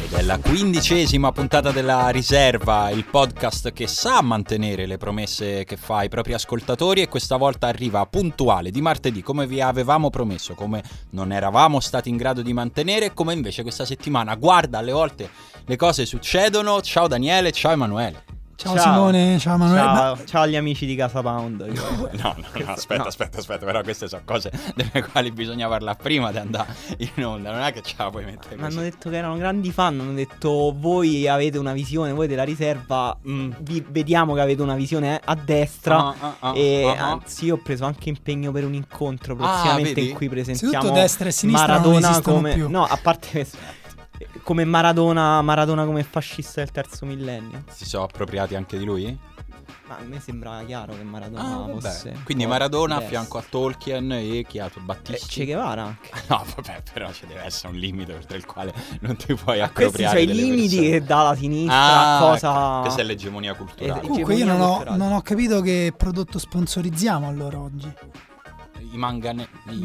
ed è la 15ª puntata della Riserva, il podcast che sa mantenere le promesse che fa ai propri ascoltatori, e questa volta arriva puntuale di martedì, come vi avevamo promesso, come non eravamo stati in grado di mantenere, come invece questa settimana. Guarda, alle volte le cose succedono. Ciao Daniele, ciao Emanuele. Ciao Simone, ciao Emanuele. Ciao agli amici di Casa Pound. No, aspetta, però queste sono cose delle quali bisogna parlare prima di andare in onda, non è che ce la puoi mettere così. Mi hanno detto che erano grandi fan, hanno detto voi avete una visione, voi della Riserva, vediamo che avete una visione a destra, anzi io ho preso anche impegno per un incontro prossimamente in cui presentiamo destra e sinistra Maradona come più. No, a parte questo, come Maradona come fascista del terzo millennio. Si sono appropriati anche di lui? Ma a me sembra chiaro che Maradona fosse. Quindi Maradona a fianco a Tolkien e chi altro? Battisti? Che Guevara anche. No, vabbè, però ci deve essere un limite oltre il quale non ti puoi appropriare. Questi sono i limiti persone che dà la sinistra cosa. Questa è l'egemonia culturale. Comunque io non ho capito che prodotto sponsorizziamo allora oggi. I mangane,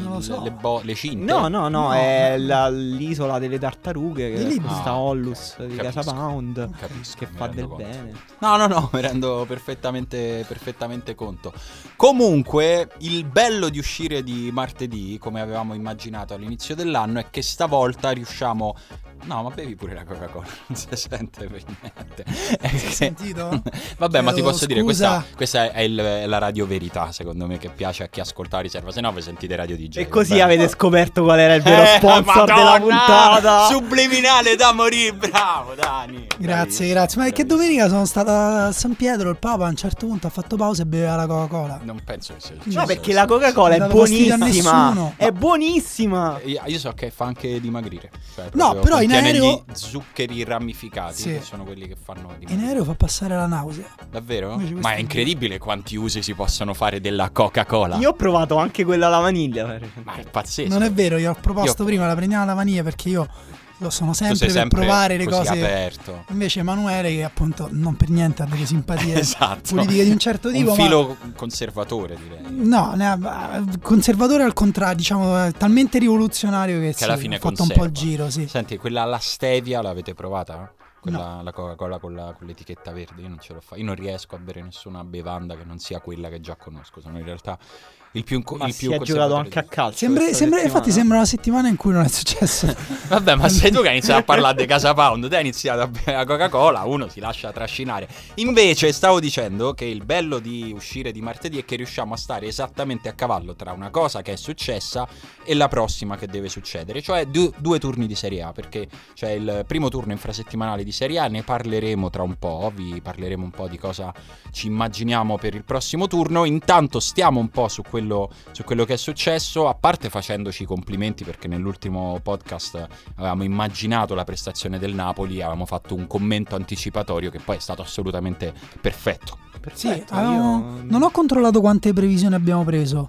le cinte. No, è l'isola delle tartarughe, che sta Ollus di capisco, Casa Pound, capisco, che fa del bene. No, mi rendo perfettamente conto. Comunque, il bello di uscire di martedì, come avevamo immaginato all'inizio dell'anno, è che stavolta riusciamo... No, ma bevi pure la Coca-Cola, non si sente per niente. Hai sentito? Vabbè, ma ti posso dire, questa è la radio verità, secondo me, che piace a chi ascolta Riserva, se no vi sentite Radio DJ. E così avete scoperto qual era il vero sponsor della puntata. Subliminale da morire, bravo Dani. Grazie. Ma è che domenica sono stata a San Pietro, il Papa a un certo punto ha fatto pausa e beveva la Coca-Cola. Non penso che sia il No, perché la Coca-Cola è buonissima. È buonissima. Io so che fa anche dimagrire. Cioè, no, però in aereo gli zuccheri ramificati, sì, che sono quelli che fanno dimagrire. In aereo fa passare la nausea. Davvero? Ma è incredibile quanti usi si possono fare della Coca-Cola. Io ho provato anche quella alla vaniglia. Ma è pazzesco. Non è vero, io ho proposto prima la prendiamo alla vaniglia perché io sono sempre per provare le cose aperto. Invece Emanuele, che appunto non per niente ha delle simpatie esatto, politiche di un certo tipo, un filo conservatore, direi. No, conservatore al contrario, diciamo talmente rivoluzionario che alla fine ha fatto conserva. Un po' il giro, sì. Senti, quella alla stevia l'avete provata? No. La Coca-Cola con l'etichetta verde, io non ce l'ho fatta. Io non riesco a bere nessuna bevanda che non sia quella che già conosco. Sono in realtà il più si è giocato anche a calcio. Infatti sembra una settimana in cui non è successo. Vabbè, ma sei tu che hai iniziato a parlare di Casa Pound, te hai iniziato a bere la Coca-Cola, uno si lascia trascinare. Invece stavo dicendo che il bello di uscire di martedì è che riusciamo a stare esattamente a cavallo tra una cosa che è successa e la prossima che deve succedere, cioè due turni di Serie A, perché c'è il primo turno infrasettimanale di Serie A, ne parleremo tra un po', vi parleremo un po' di cosa ci immaginiamo per il prossimo turno. Intanto stiamo un po' su quello che è successo, a parte facendoci i complimenti perché nell'ultimo podcast avevamo immaginato la prestazione del Napoli, avevamo fatto un commento anticipatorio che poi è stato assolutamente perfetto. Sì, non ho controllato quante previsioni abbiamo preso.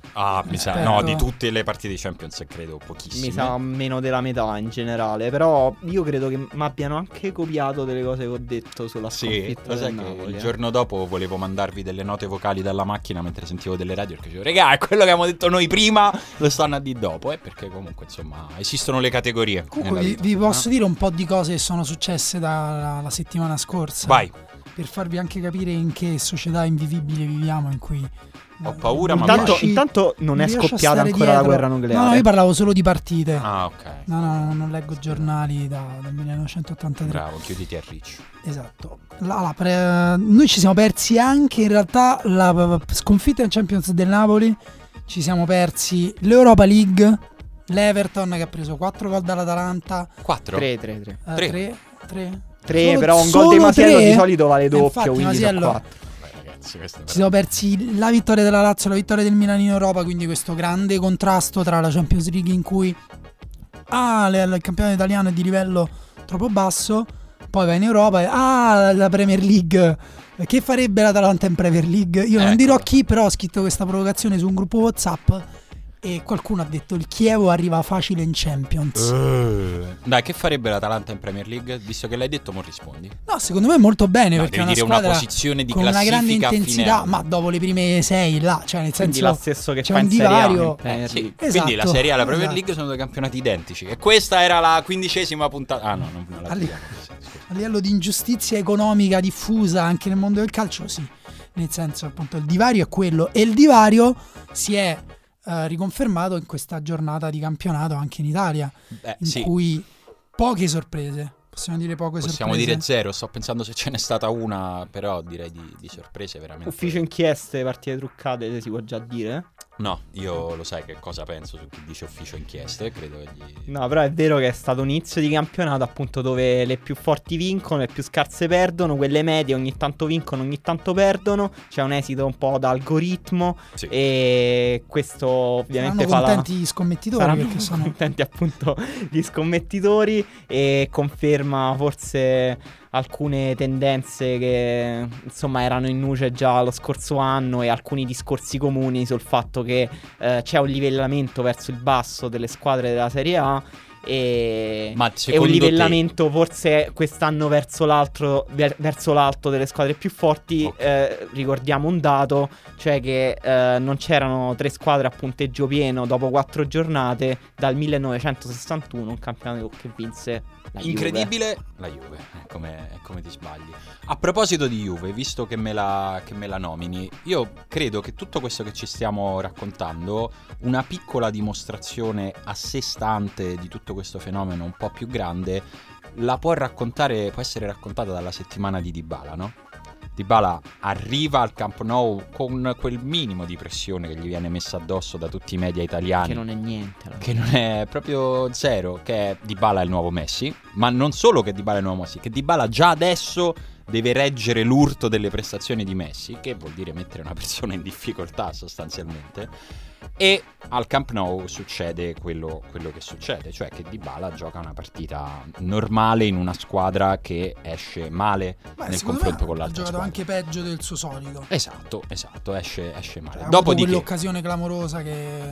Mi sa, no, di tutte le partite di Champions credo pochissime. Mi sa meno della metà in generale, però io credo che mi abbiano anche copiato delle cose che ho detto sulla sconfitta del Napoli. Il giorno dopo volevo mandarvi delle note vocali dalla macchina mentre sentivo delle radio, perché dicevo, regà, è quello che abbiamo detto noi prima, lo stanno a dire dopo, perché comunque insomma esistono le categorie. Comunque vi posso dire un po' di cose che sono successe dalla settimana scorsa. Vai. Per farvi anche capire in che società invivibile viviamo, in cui ho paura, intanto non è scoppiata ancora la guerra nucleare. No, io parlavo solo di partite. Ok. No, non leggo giornali dal 1983. Bravo, chiuditi a riccio. Esatto. Noi ci siamo persi anche in realtà la sconfitta in Champions del Napoli. Ci siamo persi l'Europa League, l'Everton che ha preso 4 gol dall'Atalanta. 4? 3. 3, però un gol di Masiello di solito vale doppio, infatti, quindi Masiello, sono 4. Ci siamo persi la vittoria della Lazio, la vittoria del Milan in Europa, quindi questo grande contrasto tra la Champions League in cui il campionato italiano è di livello troppo basso, poi va in Europa e la Premier League, che farebbe l'Atalanta in Premier League? Io non dirò chi, però ho scritto questa provocazione su un gruppo WhatsApp E qualcuno ha detto il Chievo arriva facile in Champions. Dai, che farebbe l'Atalanta in Premier League? Visto che l'hai detto, non rispondi. No, secondo me molto bene, No, perché è devi una dire squadra una posizione di con una grande classifica a fine intensità, anno. ma dopo le prime 6 là, cioè nel Quindi senso la stesso che c'è fa un in Serie A, divario. in Premier Sì, League. quindi la Serie A e la Premier esatto. League sono due campionati identici. E questa era la 15ª puntata. Ah no, non la A tiriamo così, scusa. A livello di ingiustizia economica diffusa anche nel mondo del calcio, sì. Nel senso, appunto, il divario è quello. E il divario si è riconfermato in questa giornata di campionato anche in Italia, in sì. cui poche sorprese. Possiamo dire poche Possiamo sorprese. dire zero, sto pensando se ce n'è stata una, però direi di sorprese veramente. Ufficio inchieste, partite truccate, si può già dire? No, io lo sai che cosa penso su chi dice ufficio inchieste, credo che No, però è vero che è stato un inizio di campionato appunto dove le più forti vincono, le più scarse perdono, quelle medie ogni tanto vincono, ogni tanto perdono, c'è un esito un po' da algoritmo, sì. E questo ovviamente Saranno contenti gli scommettitori, saranno perché sono contenti appunto gli scommettitori, e conferma forse alcune tendenze che insomma erano in nuce già lo scorso anno, e alcuni discorsi comuni sul fatto che c'è un livellamento verso il basso delle squadre della Serie A, e Ma un secondo livellamento forse quest'anno verso l'alto delle squadre più forti. Ok. Ricordiamo un dato, cioè che non c'erano 3 squadre a punteggio pieno dopo 4 giornate dal 1961, un campionato che vinse la Juve. Incredibile la Juve, è come ti sbagli. A proposito di Juve, visto che me la nomini, io credo che tutto questo che ci stiamo raccontando, una piccola dimostrazione a sé stante di tutto questo fenomeno un po' più grande, può essere raccontata dalla settimana di Dybala, no? Dybala arriva al Camp Nou con quel minimo di pressione che gli viene messa addosso da tutti i media italiani, che non è niente, che non è proprio zero, che è Dybala è il nuovo Messi, ma non solo che Dybala è il nuovo Messi, che Dybala già adesso deve reggere l'urto delle prestazioni di Messi, che vuol dire mettere una persona in difficoltà sostanzialmente. E al Camp Nou succede quello che succede, cioè che Dybala gioca una partita normale in una squadra che esce male nel confronto con l'altra ha giocato squadra. anche peggio del suo solito. Esatto, esce male. Ha avuto Dopodiché quell'occasione clamorosa che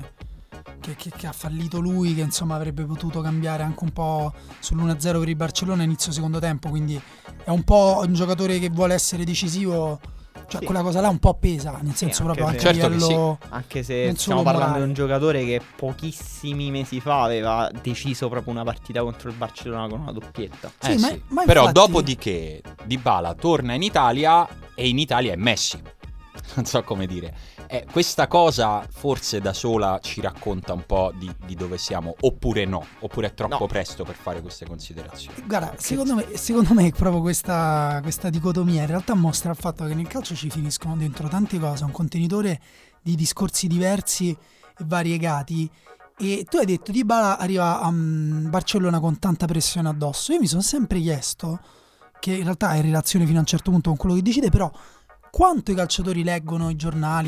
ha fallito lui, che insomma avrebbe potuto cambiare anche un po' sull'1-0 per il Barcellona inizio secondo tempo, quindi è un po' un giocatore che vuole essere decisivo. Cioè sì, quella cosa là un po' pesa, nel senso proprio anche Certo a che livello anche se non stiamo solo parlando morale. di un giocatore che pochissimi mesi fa aveva deciso proprio una partita contro il Barcellona con una doppietta. Sì, ma però infatti- dopodiché Dybala torna in Italia e in Italia è Messi. Non so come dire. Questa cosa forse da sola ci racconta un po' di dove siamo, oppure no, oppure è troppo No. presto per fare queste considerazioni. Guarda, secondo me proprio questa dicotomia in realtà mostra il fatto che nel calcio ci finiscono dentro tante cose, un contenitore di discorsi diversi e variegati. E tu hai detto Dybala arriva a Barcellona con tanta pressione addosso. Io mi sono sempre chiesto, che in realtà è in relazione fino a un certo punto con quello che decide, però quanto i calciatori leggono i giornali,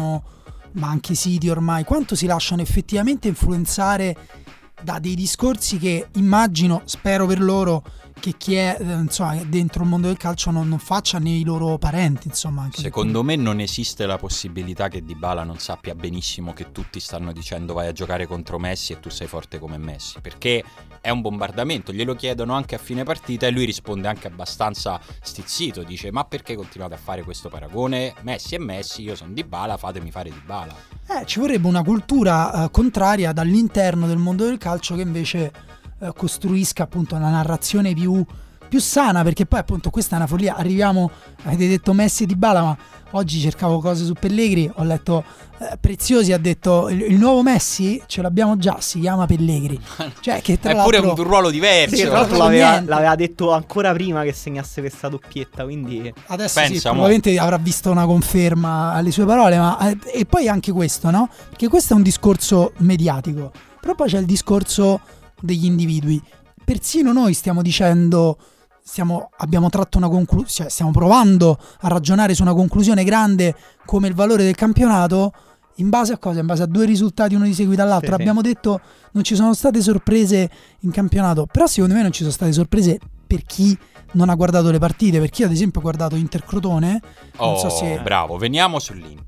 ma anche i siti ormai, quanto si lasciano effettivamente influenzare da dei discorsi che immagino, spero per loro, che chi è insomma dentro il mondo del calcio non faccia nei loro parenti, insomma. Anche Secondo me non esiste la possibilità che Dybala non sappia benissimo che tutti stanno dicendo vai a giocare contro Messi e tu sei forte come Messi, perché è un bombardamento, glielo chiedono anche a fine partita e lui risponde anche abbastanza stizzito, dice ma perché continuate a fare questo paragone? Messi è Messi, io sono Dybala, fatemi fare Dybala. ci vorrebbe una cultura contraria dall'interno del mondo del calcio che invece costruisca appunto una narrazione più sana, perché poi appunto questa è una follia. Arriviamo, avete detto Messi e Dybala, ma oggi cercavo cose su Pellegrini, ho letto Preziosi ha detto il nuovo Messi ce l'abbiamo già, si chiama Pellegrini, cioè che tra è pure l'altro un ruolo diverso. Sì, tra l'altro non l'aveva detto ancora prima che segnasse questa doppietta, quindi adesso Pensa, sì, probabilmente avrà visto una conferma alle sue parole, ma e poi anche questo, no? Perché questo è un discorso mediatico, però poi c'è il discorso degli individui. Persino noi stiamo dicendo, abbiamo tratto una conclusione, cioè stiamo provando a ragionare su una conclusione grande come il valore del campionato in base a cosa? In base a 2 risultati uno di seguito all'altro. Sì. Abbiamo detto non ci sono state sorprese in campionato, però secondo me non ci sono state sorprese per chi non ha guardato le partite, perché io ad esempio ho guardato Inter Crotone, non so se bravo, veniamo sull'Inter.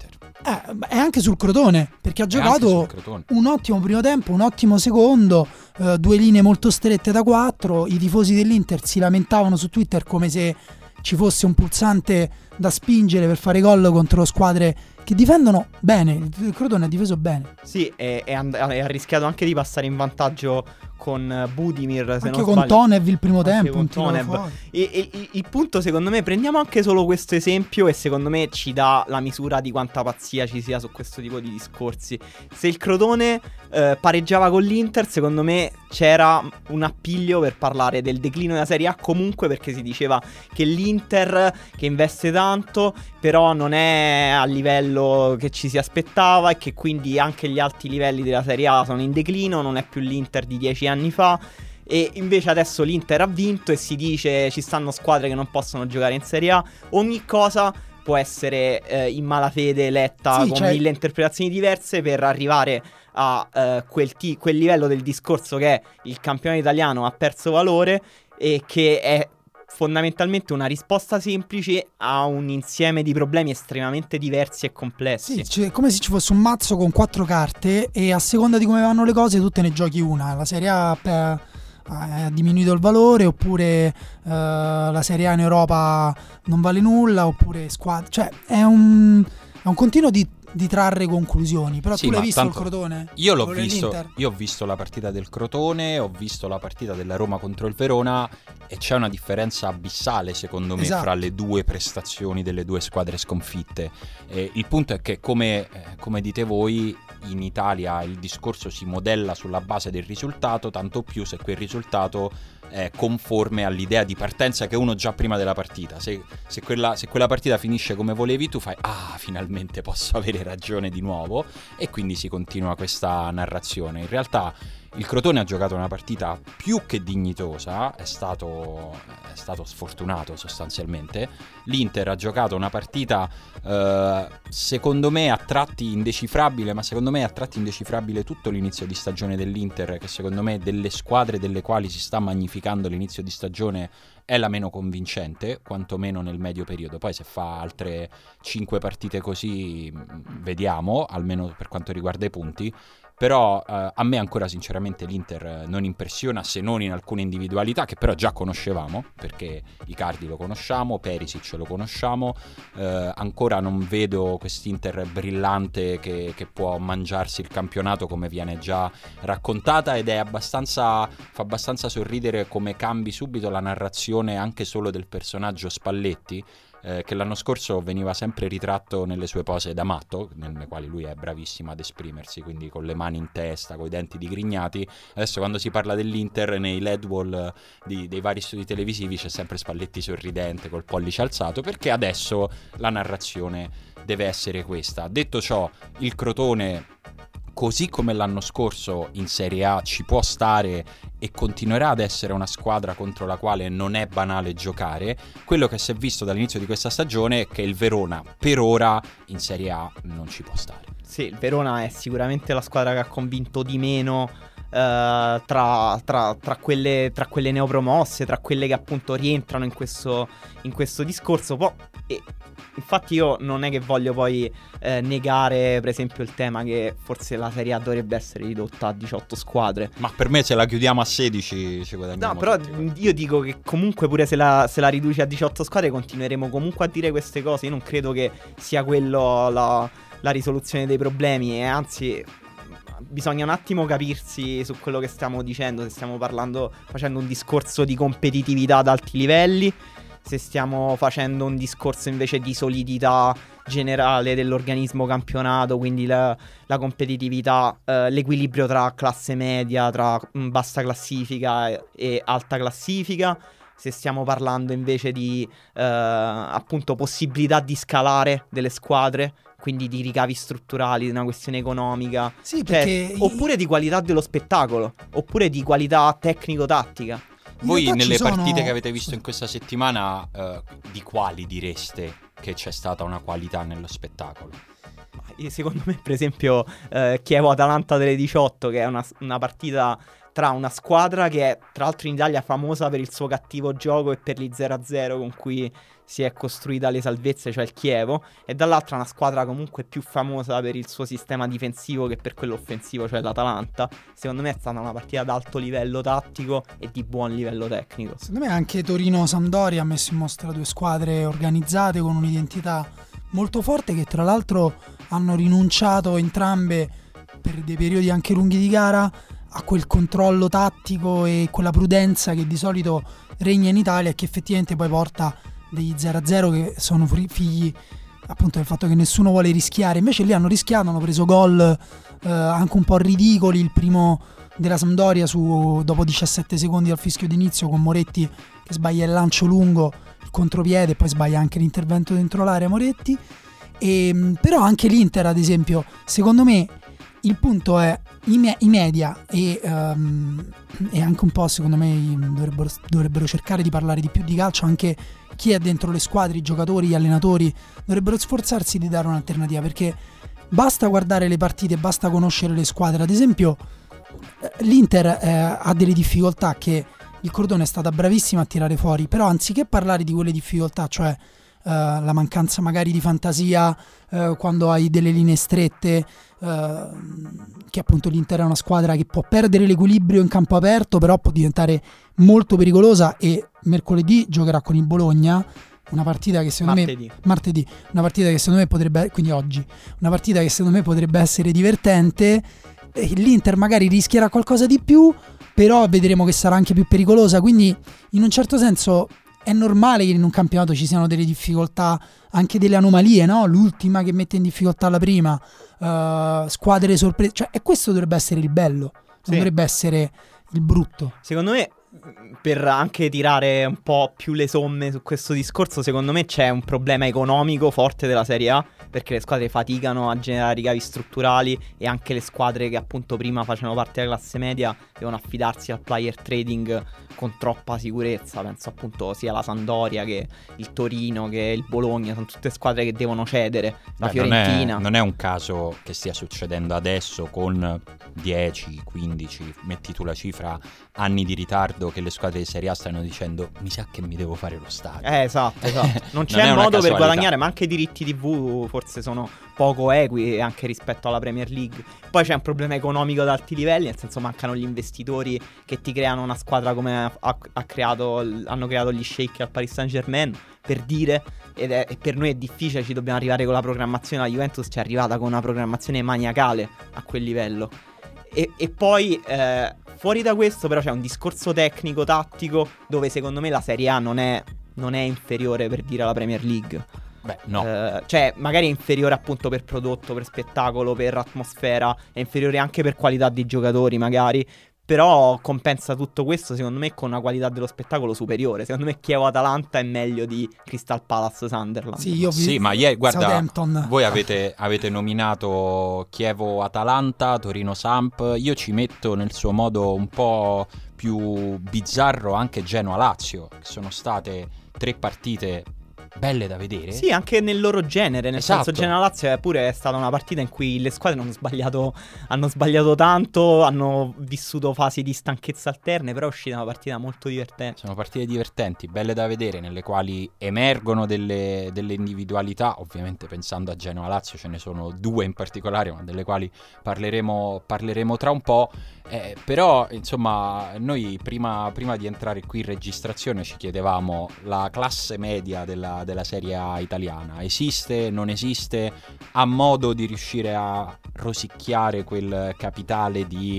È anche sul Crotone, perché ha giocato un ottimo primo tempo, un ottimo secondo, 2 linee molto strette da 4. I tifosi dell'Inter si lamentavano su Twitter come se ci fosse un pulsante da spingere per fare gol contro squadre che difendono bene. Il Crotone ha difeso bene. Sì, ha rischiato anche di passare in vantaggio con Budimir, se anche non con sbaglio. Tonev il primo tempo, con Tonev. Il punto, secondo me, prendiamo anche solo questo esempio e secondo me ci dà la misura di quanta pazzia ci sia su questo tipo di discorsi. Se il Crotone pareggiava con l'Inter, secondo me c'era un appiglio per parlare del declino della Serie A, comunque, perché si diceva che l'Inter, che investe tanto, però non è a livello che ci si aspettava e che quindi anche gli alti livelli della Serie A sono in declino, non è più l'Inter di 10 anni fa. E invece adesso l'Inter ha vinto e si dice ci stanno squadre che non possono giocare in Serie A. Ogni cosa può essere in malafede letta con mille interpretazioni diverse per arrivare a quel livello del discorso che è il campionato italiano ha perso valore e che è fondamentalmente una risposta semplice a un insieme di problemi estremamente diversi e complessi. Sì, come se ci fosse un mazzo con 4 carte e a seconda di come vanno le cose tu te ne giochi una. La Serie A ha diminuito il valore, oppure la Serie A in Europa non vale nulla, oppure squadra, cioè è un continuo di trarre conclusioni. Però tu l'hai visto il Crotone? Io l'ho visto. Io ho visto la partita del Crotone, ho visto la partita della Roma contro il Verona e c'è una differenza abissale secondo me fra le due prestazioni delle due squadre sconfitte. Il punto è che come dite voi, in Italia il discorso si modella sulla base del risultato, tanto più se quel risultato è conforme all'idea di partenza che uno già prima della partita. Se quella partita finisce come volevi, tu fai finalmente posso avere ragione di nuovo, e quindi si continua questa narrazione. In realtà il Crotone ha giocato una partita più che dignitosa, è stato sfortunato sostanzialmente. L'Inter ha giocato una partita secondo me a tratti indecifrabile, ma secondo me a tratti indecifrabile tutto l'inizio di stagione dell'Inter, che secondo me delle squadre delle quali si sta magnificando l'inizio di stagione è la meno convincente, quantomeno nel medio periodo. Poi se fa altre 5 partite così vediamo, almeno per quanto riguarda i punti. Però a me ancora sinceramente l'Inter non impressiona, se non in alcune individualità che però già conoscevamo, perché Icardi lo conosciamo, Perisic lo conosciamo, ancora non vedo quest'Inter brillante che può mangiarsi il campionato come viene già raccontata, ed fa abbastanza sorridere come cambi subito la narrazione anche solo del personaggio Spalletti, che l'anno scorso veniva sempre ritratto nelle sue pose da matto, nelle quali lui è bravissimo ad esprimersi, quindi con le mani in testa, con i denti digrignati. Adesso quando si parla dell'Inter nei LED wall dei vari studi televisivi c'è sempre Spalletti sorridente col pollice alzato, perché adesso la narrazione deve essere questa. Detto ciò, il Crotone, così come l'anno scorso in Serie A, ci può stare e continuerà ad essere una squadra contro la quale non è banale giocare. Quello che si è visto dall'inizio di questa stagione è che il Verona per ora in Serie A non ci può stare. Sì, il Verona è sicuramente la squadra che ha convinto di meno tra quelle neopromosse, tra quelle che appunto rientrano in questo discorso. Infatti io non è che voglio poi negare per esempio il tema che forse la Serie A dovrebbe essere ridotta a 18 squadre. Ma per me se la chiudiamo a 16 ci guadagniamo. No, però io dico che comunque pure se la riduci a 18 squadre continueremo comunque a dire queste cose. Io non credo che sia quello la risoluzione dei problemi, e anzi bisogna un attimo capirsi su quello che stiamo dicendo, se stiamo facendo un discorso di competitività ad alti livelli, se stiamo facendo un discorso invece di solidità generale dell'organismo campionato, quindi la competitività, l'equilibrio tra classe media, tra bassa classifica e alta classifica, se stiamo parlando invece di appunto possibilità di scalare delle squadre, quindi di ricavi strutturali, di una questione economica, sì, perché oppure di qualità dello spettacolo, oppure di qualità tecnico-tattica. Voi nelle partite che avete visto in questa settimana, di quali direste che c'è stata una qualità nello spettacolo? Secondo me per esempio Chievo-Atalanta delle 18, che è una partita tra una squadra che è tra l'altro in Italia famosa per il suo cattivo gioco e per gli 0-0 con cui si è costruita le salvezze, cioè il Chievo, e dall'altra una squadra comunque più famosa per il suo sistema difensivo che per quello offensivo, cioè l'Atalanta. Secondo me è stata una partita ad alto livello tattico e di buon livello tecnico. Secondo me anche Torino-Sampdoria ha messo in mostra due squadre organizzate con un'identità molto forte, che tra l'altro hanno rinunciato entrambe per dei periodi anche lunghi di gara a quel controllo tattico e quella prudenza che di solito regna in Italia e che effettivamente poi porta degli 0-0 che sono figli appunto del fatto che nessuno vuole rischiare. Invece lì hanno rischiato, hanno preso gol anche un po' ridicoli. Il primo della Sampdoria dopo 17 secondi dal fischio d'inizio, con Moretti che sbaglia il lancio lungo, il contropiede, e poi sbaglia anche l'intervento dentro l'area Moretti. Però anche l'Inter, ad esempio, secondo me il punto è i media e anche un po', secondo me, dovrebbero cercare di parlare di più di calcio. Anche chi è dentro le squadre, i giocatori, gli allenatori, dovrebbero sforzarsi di dare un'alternativa, perché basta guardare le partite, basta conoscere le squadre. Ad esempio l'Inter ha delle difficoltà che il Crotone è stata bravissima a tirare fuori, però anziché parlare di quelle difficoltà, cioè la mancanza magari di fantasia quando hai delle linee strette, che appunto l'Inter è una squadra che può perdere l'equilibrio in campo aperto, però può diventare molto pericolosa, e mercoledì giocherà con il Bologna, una partita che secondo martedì, una partita che secondo me potrebbe, quindi oggi, una partita che secondo me potrebbe essere divertente. L'Inter magari rischierà qualcosa di più, però vedremo che sarà anche più pericolosa, quindi in un certo senso è normale che in un campionato ci siano delle difficoltà, anche delle anomalie, no? L'ultima che mette in difficoltà la prima, squadre sorprese, cioè, e questo dovrebbe essere il bello, non dovrebbe essere il brutto. Secondo me, per anche tirare un po' più le somme su questo discorso, secondo me c'è un problema economico forte della Serie A, perché le squadre faticano a generare ricavi strutturali, e anche le squadre che appunto prima facevano parte della classe media devono affidarsi al player trading con troppa sicurezza. Penso appunto sia la Sampdoria che il Torino che il Bologna, sono tutte squadre che devono cedere. La Fiorentina non è un caso che stia succedendo adesso con 10, 15, metti tu la cifra, anni di ritardo, che le squadre di Serie A stanno dicendo mi sa che mi devo fare lo stadio. Esatto. Non c'è modo per guadagnare, ma anche i diritti TV forse sono poco equi anche rispetto alla Premier League. Poi c'è un problema economico ad alti livelli, nel senso mancano gli investitori che ti creano una squadra come hanno creato gli Sheikh al Paris Saint-Germain, per dire, e per noi è difficile, ci dobbiamo arrivare con la programmazione. La Juventus ci è arrivata con una programmazione maniacale a quel livello. E poi fuori da questo però c'è un discorso tecnico, tattico, dove secondo me la Serie A non è inferiore, per dire, alla Premier League. Beh, no. Cioè magari è inferiore appunto per prodotto, per spettacolo, per atmosfera, è inferiore anche per qualità di giocatori magari, però compensa tutto questo secondo me con una qualità dello spettacolo superiore. Secondo me Chievo-Atalanta è meglio di Crystal Palace-Sunderland. Sì, ma guarda, voi avete nominato Chievo-Atalanta, Torino-Samp. Io ci metto nel suo modo un po' più bizzarro anche Genoa-Lazio, che sono state 3 partite belle da vedere. Sì, anche nel loro genere, nel esatto. senso Genoa-Lazio è pure stata una partita in cui le squadre hanno sbagliato tanto, hanno vissuto fasi di stanchezza alterne, però è uscita una partita molto divertente. Sono partite divertenti, belle da vedere, nelle quali emergono delle individualità. Ovviamente pensando a Genoa-Lazio ce ne sono 2 in particolare, ma delle quali parleremo tra un po'. Però insomma noi prima di entrare qui in registrazione ci chiedevamo: la classe media della Serie A italiana esiste, non esiste, ha modo di riuscire a rosicchiare quel capitale di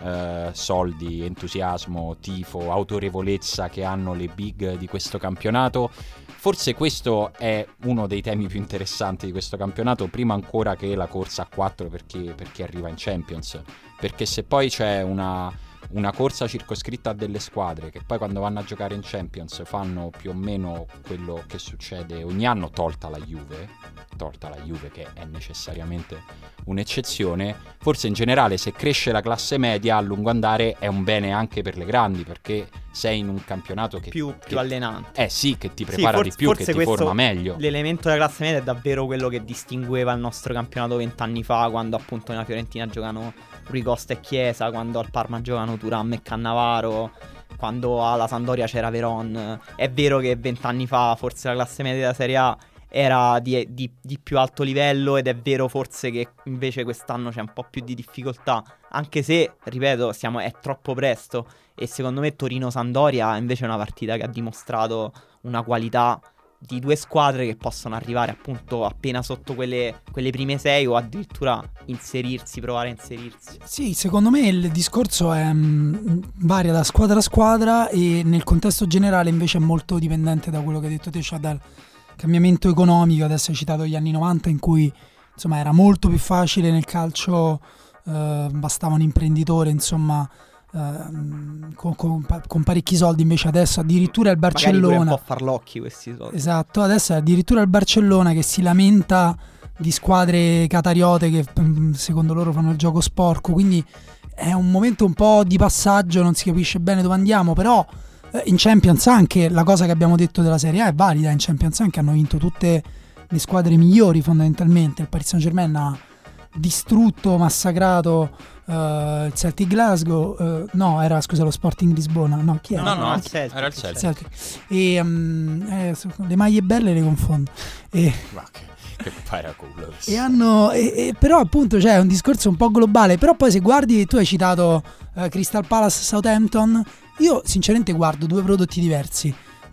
soldi, entusiasmo, tifo, autorevolezza che hanno le big di questo campionato? Forse questo è uno dei temi più interessanti di questo campionato, prima ancora che la corsa a 4 per chi arriva in Champions, perché se poi c'è una corsa circoscritta a delle squadre che poi quando vanno a giocare in Champions fanno più o meno quello che succede ogni anno, tolta la Juve, tolta la Juve che è necessariamente un'eccezione, forse in generale se cresce la classe media a lungo andare è un bene anche per le grandi, perché sei in un campionato che più allenante. Sì, che ti prepara di più, che ti forma meglio. L'elemento della classe media è davvero quello che distingueva il nostro campionato 20 anni fa, quando appunto nella Fiorentina giocano Rui Costa e Chiesa, quando al Parma giocano Thuram e Cannavaro, quando alla Sampdoria c'era Veron. È vero che 20 anni fa forse la classe media della Serie A era di più alto livello, ed è vero forse che invece quest'anno c'è un po' più di difficoltà, anche se, ripeto, è troppo presto. E secondo me Torino-Sampdoria invece è una partita che ha dimostrato una qualità di due squadre che possono arrivare appunto appena sotto quelle prime 6 o addirittura provare a inserirsi. Sì, secondo me il discorso è varia da squadra a squadra, e nel contesto generale invece è molto dipendente da quello che hai detto te, cioè dal cambiamento economico. Adesso hai citato gli anni 90 in cui insomma era molto più facile nel calcio, bastava un imprenditore insomma con parecchi soldi. Invece adesso addirittura il Barcellona, magari pure un po' farlocchi questi soldi. Esatto, adesso è addirittura il Barcellona che si lamenta di squadre qatariote che secondo loro fanno il gioco sporco, quindi è un momento un po' di passaggio, non si capisce bene dove andiamo. Però in Champions anche la cosa che abbiamo detto della Serie A è valida. In Champions anche hanno vinto tutte le squadre migliori fondamentalmente. Il Paris Saint-Germain ha distrutto, massacrato il Celtic Glasgow, no, era lo Sporting Lisbona, no, chi era? No, era il Celtic. E le maglie belle le confondo. Ma che paraculo. Però appunto c'è un discorso un po' globale. Però poi se guardi, tu hai citato Crystal Palace Southampton, io sinceramente guardo due prodotti diversi.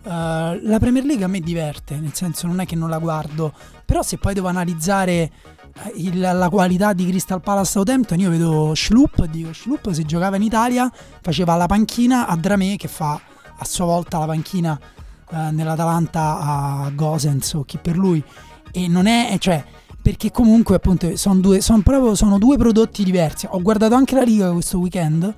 La Premier League a me diverte, nel senso non è che non la guardo, però se poi devo analizzare la qualità di Crystal Palace Southampton, io vedo Schlupp se giocava in Italia faceva la panchina a Dramé, che fa a sua volta la panchina nell'Atalanta a Gosens o chi per lui. E non è, cioè, perché comunque appunto sono due prodotti diversi. Ho guardato anche la Liga questo weekend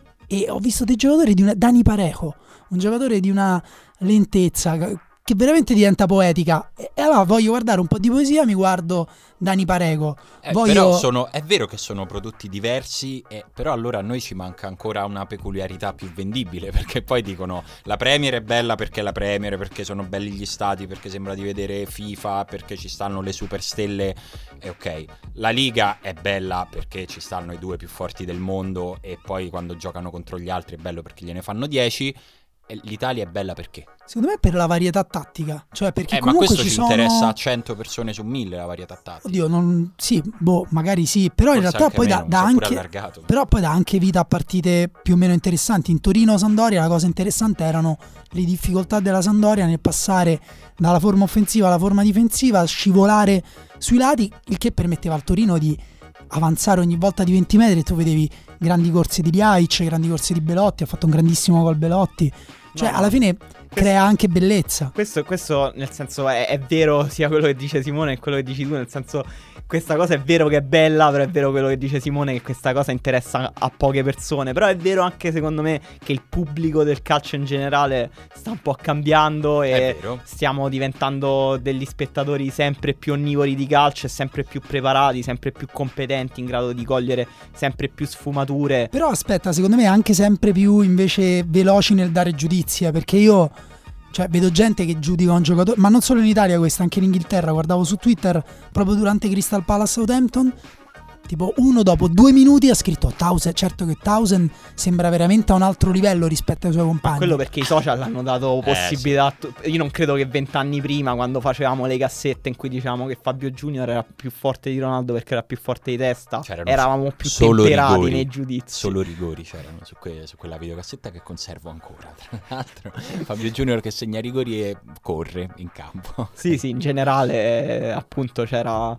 e ho visto dei giocatori Dani Parejo, un giocatore di una lentezza che veramente diventa poetica, e allora voglio guardare un po' di poesia, mi guardo Dani Parejo. Però è vero che sono prodotti diversi, però allora a noi ci manca ancora una peculiarità più vendibile, perché poi dicono la Premier è bella perché è la Premier, perché sono belli gli stati, perché sembra di vedere FIFA, perché ci stanno le superstelle, ok. La Liga è bella perché ci stanno i due più forti del mondo, e poi quando giocano contro gli altri è bello perché gliene fanno 10. L'Italia è bella perché? Secondo me per la varietà tattica, cioè perché ma comunque questo ci interessa a 100 persone su 1000 la varietà tattica. Oddio, magari sì, però in realtà poi dà anche, però poi dà anche vita a partite più o meno interessanti. In Torino-Sampdoria la cosa interessante erano le difficoltà della Sampdoria nel passare dalla forma offensiva alla forma difensiva, scivolare sui lati, il che permetteva al Torino di avanzare ogni volta di 20 metri, e tu vedevi grandi corse di Ljajic, grandi corse di Belotti, ha fatto un grandissimo gol Belotti. Cioè alla fine crea anche bellezza. Questo nel senso è vero sia quello che dice Simone che quello che dici tu, nel senso questa cosa è vero che è bella, però è vero quello che dice Simone che questa cosa interessa a poche persone. Però è vero anche secondo me che il pubblico del calcio in generale sta un po' cambiando e stiamo diventando degli spettatori sempre più onnivori di calcio e sempre più preparati, sempre più competenti, in grado di cogliere sempre più sfumature. Però aspetta, secondo me anche sempre più invece veloci nel dare giudizi, perché io vedo gente che giudica un giocatore, ma non solo in Italia, questo anche in Inghilterra. Guardavo su Twitter proprio durante Crystal Palace Southampton, tipo uno dopo 2 minuti ha scritto Townsend, certo che Townsend sembra veramente a un altro livello rispetto ai suoi compagni. Ma quello perché i social hanno dato possibilità Io non credo che 20 anni prima, quando facevamo le cassette in cui dicevamo che Fabio Junior era più forte di Ronaldo perché era più forte di testa, eravamo più temperati nei giudizi. Solo rigori c'erano su quella videocassetta che conservo ancora, tra l'altro. Fabio Junior che segna rigori e corre in campo. Sì, in generale appunto c'era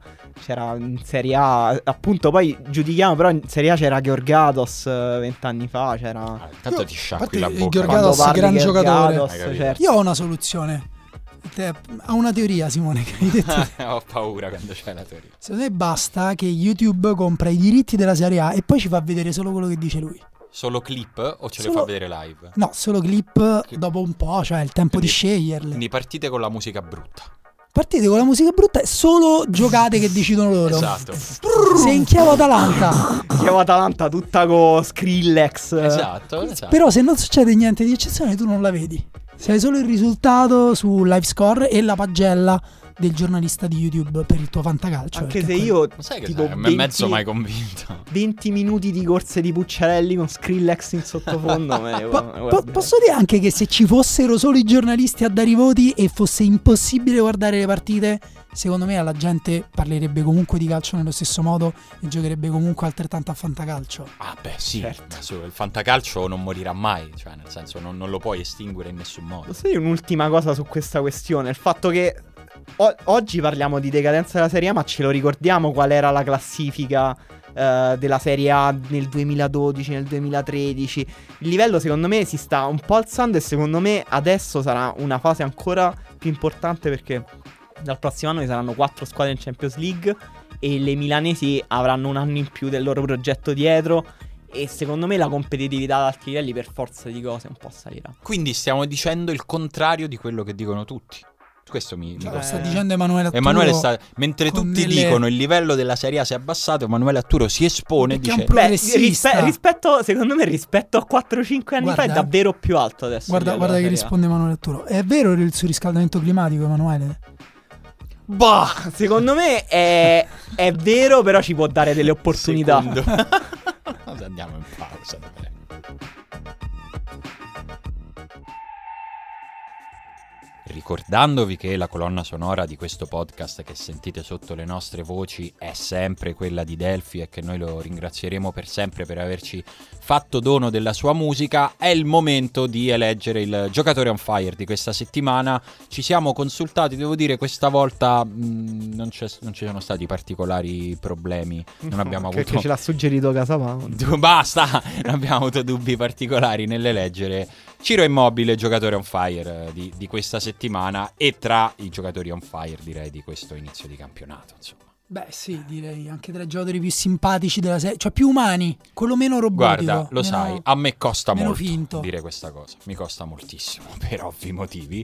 in Serie A, appunto. Poi giudichiamo, però in Serie A c'era Georgados 20 anni fa, c'era... Tanto ti sciacqui la bocca. Georgados è un gran giocatore. Certo. Io ho una soluzione. Ha una teoria, Simone, che hai detto. Ho paura quando c'è la teoria. Secondo me basta che YouTube compra i diritti della Serie A e poi ci fa vedere solo quello che dice lui. Solo clip o ce le fa vedere live? No, solo clip dopo un po', cioè il tempo di sceglierle. Quindi partite con la musica brutta. partite con la musica brutta e solo giocate che decidono loro. Esatto. Sei in Chievo Atalanta. Chievo Atalanta tutta con Skrillex. Esatto. Però se non succede niente di eccezione tu non la vedi. Sei solo il risultato su live score e la pagella del giornalista di YouTube per il tuo fantacalcio. Anche se io sai che tipo sai, mezzo mai convinto. 20 minuti di corse di Pucciarelli con Skrillex in sottofondo. Posso dire anche che se ci fossero solo i giornalisti a dare i voti e fosse impossibile guardare le partite, secondo me alla gente parlerebbe comunque di calcio nello stesso modo e giocherebbe comunque altrettanto a fantacalcio. Ah beh sì, certo. Il fantacalcio non morirà mai, cioè nel senso non lo puoi estinguere in nessun modo. Posso dire un'ultima cosa su questa questione? Il fatto che oggi parliamo di decadenza della Serie A, ma ce lo ricordiamo qual era la classifica della Serie A nel 2012, nel 2013? Il livello secondo me si sta un po' alzando e secondo me adesso sarà una fase ancora più importante, perché dal prossimo anno ci saranno 4 squadre in Champions League e le milanesi avranno un anno in più del loro progetto dietro. E secondo me la competitività ad alti livelli per forza di cose un po' salirà. Quindi stiamo dicendo il contrario di quello che dicono tutti. Questo mi Lo sta dicendo Emanuele Atturo. Emanuele sta, mentre tutti dicono il livello della Serie A si è abbassato, Emanuele Atturo si espone e dice rispetto, secondo me rispetto a 4-5 anni fa è davvero più alto adesso. Guarda che risponde Emanuele Atturo. È vero il surriscaldamento climatico, Emanuele? Bah, secondo me è vero, però ci può dare delle opportunità. Andiamo in pausa. Ricordandovi che la colonna sonora di questo podcast che sentite sotto le nostre voci è sempre quella di Delphi e che noi lo ringrazieremo per sempre per averci fatto dono della sua musica, è il momento di eleggere il giocatore on fire di questa settimana. Ci siamo consultati, devo dire questa volta non ci sono stati particolari problemi, non abbiamo avuto... Perché ce l'ha suggerito Casapound. Basta, non abbiamo avuto dubbi particolari nell'eleggere Ciro Immobile, giocatore on fire di questa settimana e tra i giocatori on fire direi di questo inizio di campionato, insomma. Beh sì, direi anche tra i giocatori più simpatici della serie, cioè più umani, quello meno robotico. Guarda, lo sai, a me costa molto finto dire questa cosa, mi costa moltissimo per ovvi motivi,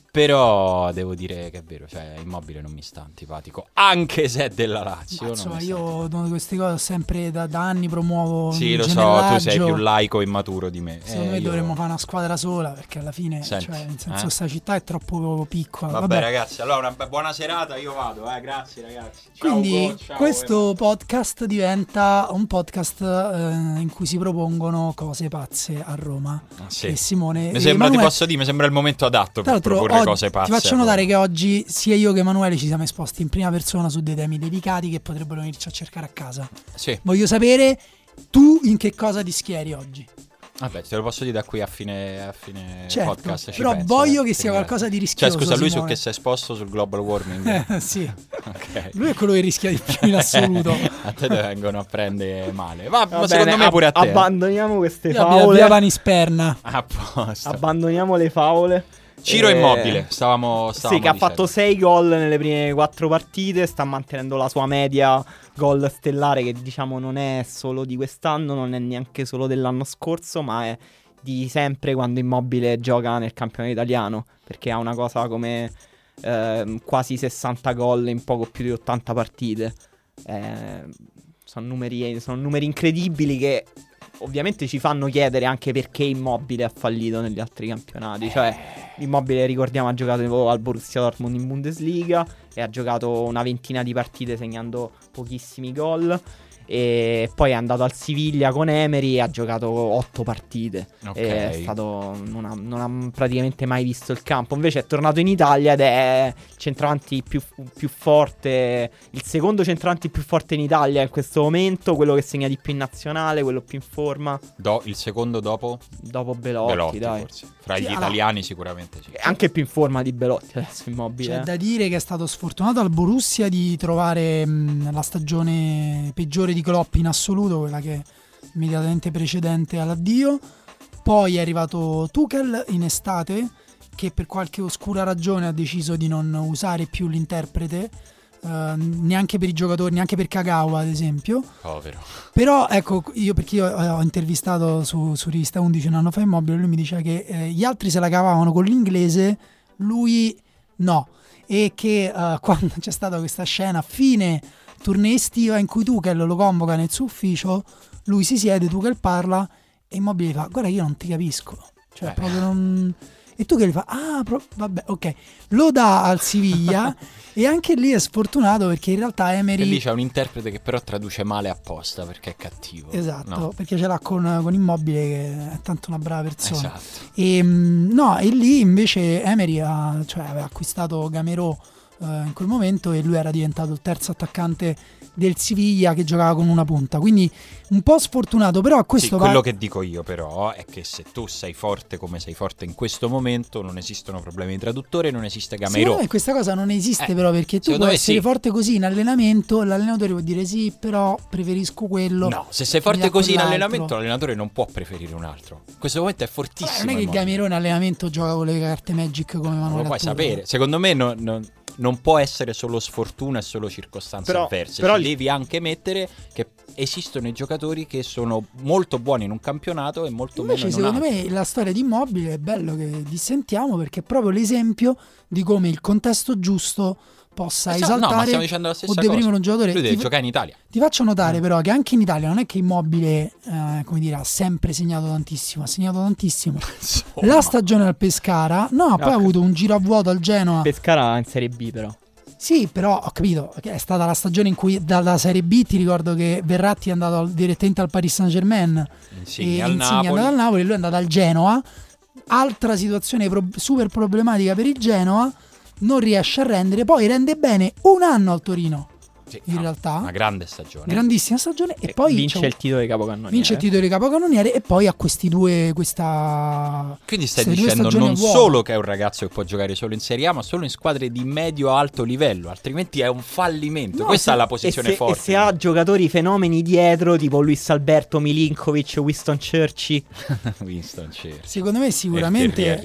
però devo dire che è vero, cioè Immobile non mi sta antipatico, anche se è della Lazio. Insomma, io queste cose sempre da anni promuovo. Sì, lo so, tu sei più laico e immaturo di me. Secondo me dovremmo fare una squadra sola, perché alla fine, cioè, nel senso, sta città è troppo piccola. Vabbè ragazzi, allora una buona serata, io vado, grazie ragazzi. Ciao. Quindi questo podcast diventa un podcast in cui si propongono cose pazze a Roma. Sì. E Simone mi sembra, ti posso dire, mi sembra il momento adatto per proporre cose pazze. Ti faccio notare che oggi sia io che Emanuele ci siamo esposti in prima persona su dei temi delicati che potrebbero venirci a cercare a casa. Sì. Voglio sapere tu in che cosa ti schieri oggi. Vabbè, te lo posso dire da qui a fine certo, podcast. Però voglio che sia qualcosa di rischioso. Cioè, scusa, lui Simone. su che si è esposto sul global warming. Sì. Okay. Lui è quello che rischia di più in assoluto. A te te vengono a prendere male. Ma secondo me pure a te. Abbandoniamo queste favole. Via Vanisperna. A posto. Abbandoniamo le favole. Ciro Immobile, stavamo sì, che ha fatto 6 gol nelle prime 4 partite, sta mantenendo la sua media gol stellare, che diciamo non è solo di quest'anno, non è neanche solo dell'anno scorso, ma è di sempre quando Immobile gioca nel campionato italiano, perché ha una cosa come quasi 60 gol in poco più di 80 partite. Sono numeri incredibili che ovviamente ci fanno chiedere anche perché Immobile ha fallito negli altri campionati. Cioè, Immobile, ricordiamo, ha giocato al Borussia Dortmund in Bundesliga e ha giocato una ventina di partite segnando pochissimi gol. E poi è andato al Siviglia con Emery e ha giocato 8 partite. È stato non ha praticamente mai visto il campo. Invece è tornato in Italia ed è il centravanti più forte, il secondo centravanti più forte in Italia in questo momento, quello che segna di più in nazionale, quello più in forma. Il secondo dopo Belotti, dai. Forse. Fra gli italiani sicuramente sì. Anche più in forma di Belotti adesso Immobile. C'è da dire che è stato sfortunato al Borussia di trovare la stagione peggiore di Klopp in assoluto, quella che è immediatamente precedente all'addio. Poi è arrivato Tuchel in estate, che per qualche oscura ragione ha deciso di non usare più l'interprete, neanche per i giocatori, neanche per Kagawa ad esempio. Povero. Però ecco, io ho intervistato su Rivista 11 un anno fa Immobile, lui mi diceva che gli altri se la cavavano con l'inglese, lui no. e che quando c'è stata questa scena a fine tournée estiva in cui Tuchel lo convoca nel suo ufficio, lui si siede, Tuchel parla e Immobile fa: guarda, io non ti capisco, cioè proprio non... E Tuchel fa: vabbè, ok, lo dà al Siviglia e anche lì è sfortunato perché in realtà Emery... E lì c'è un interprete che però traduce male apposta perché è cattivo. Esatto, perché ce l'ha con Immobile che è tanto una brava persona. Esatto. E lì invece Emery aveva acquistato Gamero in quel momento e lui era diventato il terzo attaccante del Siviglia che giocava con una punta, quindi un po' sfortunato, però questo quello che dico io però è che se tu sei forte come sei forte in questo momento non esistono problemi di traduttore, non esiste Gamero. Secondo me questa cosa non esiste però, perché tu puoi essere forte così in allenamento, l'allenatore può dire sì, però preferisco quello. No, se sei forte così in allenamento l'allenatore non può preferire un altro. In questo momento è fortissimo. Non è che Gamero in allenamento gioca con le carte Magic come Manuel. Non lo puoi sapere. Secondo me non può essere solo sfortuna e solo circostanze avverse. Però devi anche mettere che esistono i giocatori che sono molto buoni in un campionato e molto meno in un altro. Secondo me la storia di Immobile è bello che dissentiamo, perché è proprio l'esempio di come il contesto giusto possa esaltare ma stiamo dicendo la stessa o deprimere cosa. un giocatore. Lui deve giocare in Italia. Ti faccio notare però che anche in Italia non è che Immobile ha sempre segnato tantissimo, ha segnato tantissimo. La stagione al Pescara, poi ha avuto un giro a vuoto al Genoa. Pescara in Serie B però. Sì, però ho capito che è stata la stagione in cui dalla Serie B ti ricordo che Verratti è andato direttamente al Paris Saint-Germain, Insigne è andato al Napoli, lui è andato al Genoa. Altra situazione super problematica per il Genoa, non riesce a rendere, poi rende bene un anno al Torino. Sì, in realtà una grande stagione, grandissima stagione, e poi vince il titolo di capocannoniere. Vince il titolo di capocannoniere e poi ha questi due Quindi stai dicendo non solo che è un ragazzo che può giocare solo in Serie A, ma solo in squadre di medio-alto livello, altrimenti è un fallimento. Questa è la posizione forte. E se ha giocatori fenomeni dietro, tipo Luis Alberto, Milinkovic, Winston Churchill. Secondo me sicuramente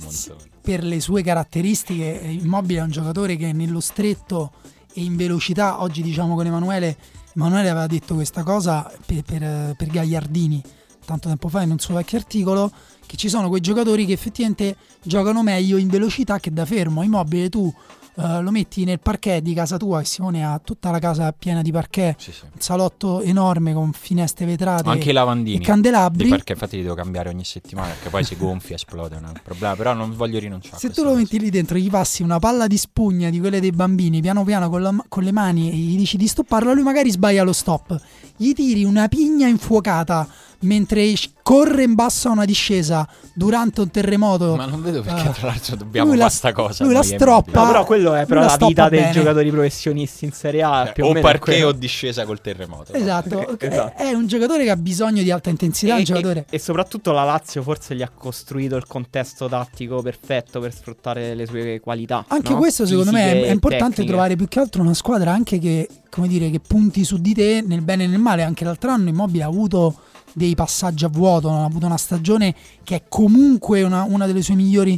per le sue caratteristiche Immobile è un giocatore che nello stretto e in velocità, oggi diciamo con Emanuele aveva detto questa cosa per Gagliardini tanto tempo fa in un suo vecchio articolo, che ci sono quei giocatori che effettivamente giocano meglio in velocità che da fermo. Immobile tu lo metti nel parquet di casa tua, e Simone ha tutta la casa piena di parquet, un salotto enorme con finestre vetrate, anche i lavandini e candelabri, perché infatti li devo cambiare ogni settimana perché poi si gonfia, esplode, è un problema, però non voglio rinunciare. Se tu lo metti lì dentro, gli passi una palla di spugna di quelle dei bambini piano piano con le mani e gli dici di stopparlo, lui magari sbaglia lo stop, gli tiri una pigna infuocata mentre corre in basso a una discesa durante un terremoto. Ma non vedo perché tra l'altro dobbiamo fare sta cosa. Lui la stroppa. No, però quello è però la vita dei giocatori professionisti in Serie A, più o meno parquet o discesa col terremoto. Esatto. È un giocatore che ha bisogno di alta intensità, un giocatore. E soprattutto la Lazio forse gli ha costruito il contesto tattico perfetto per sfruttare le sue qualità. Anche questo secondo me è importante, trovare più che altro una squadra anche che, come dire, che punti su di te nel bene e nel male. Anche l'altro anno Immobile ha avuto dei passaggi a vuoto, non ha avuto una stagione che è comunque una delle sue migliori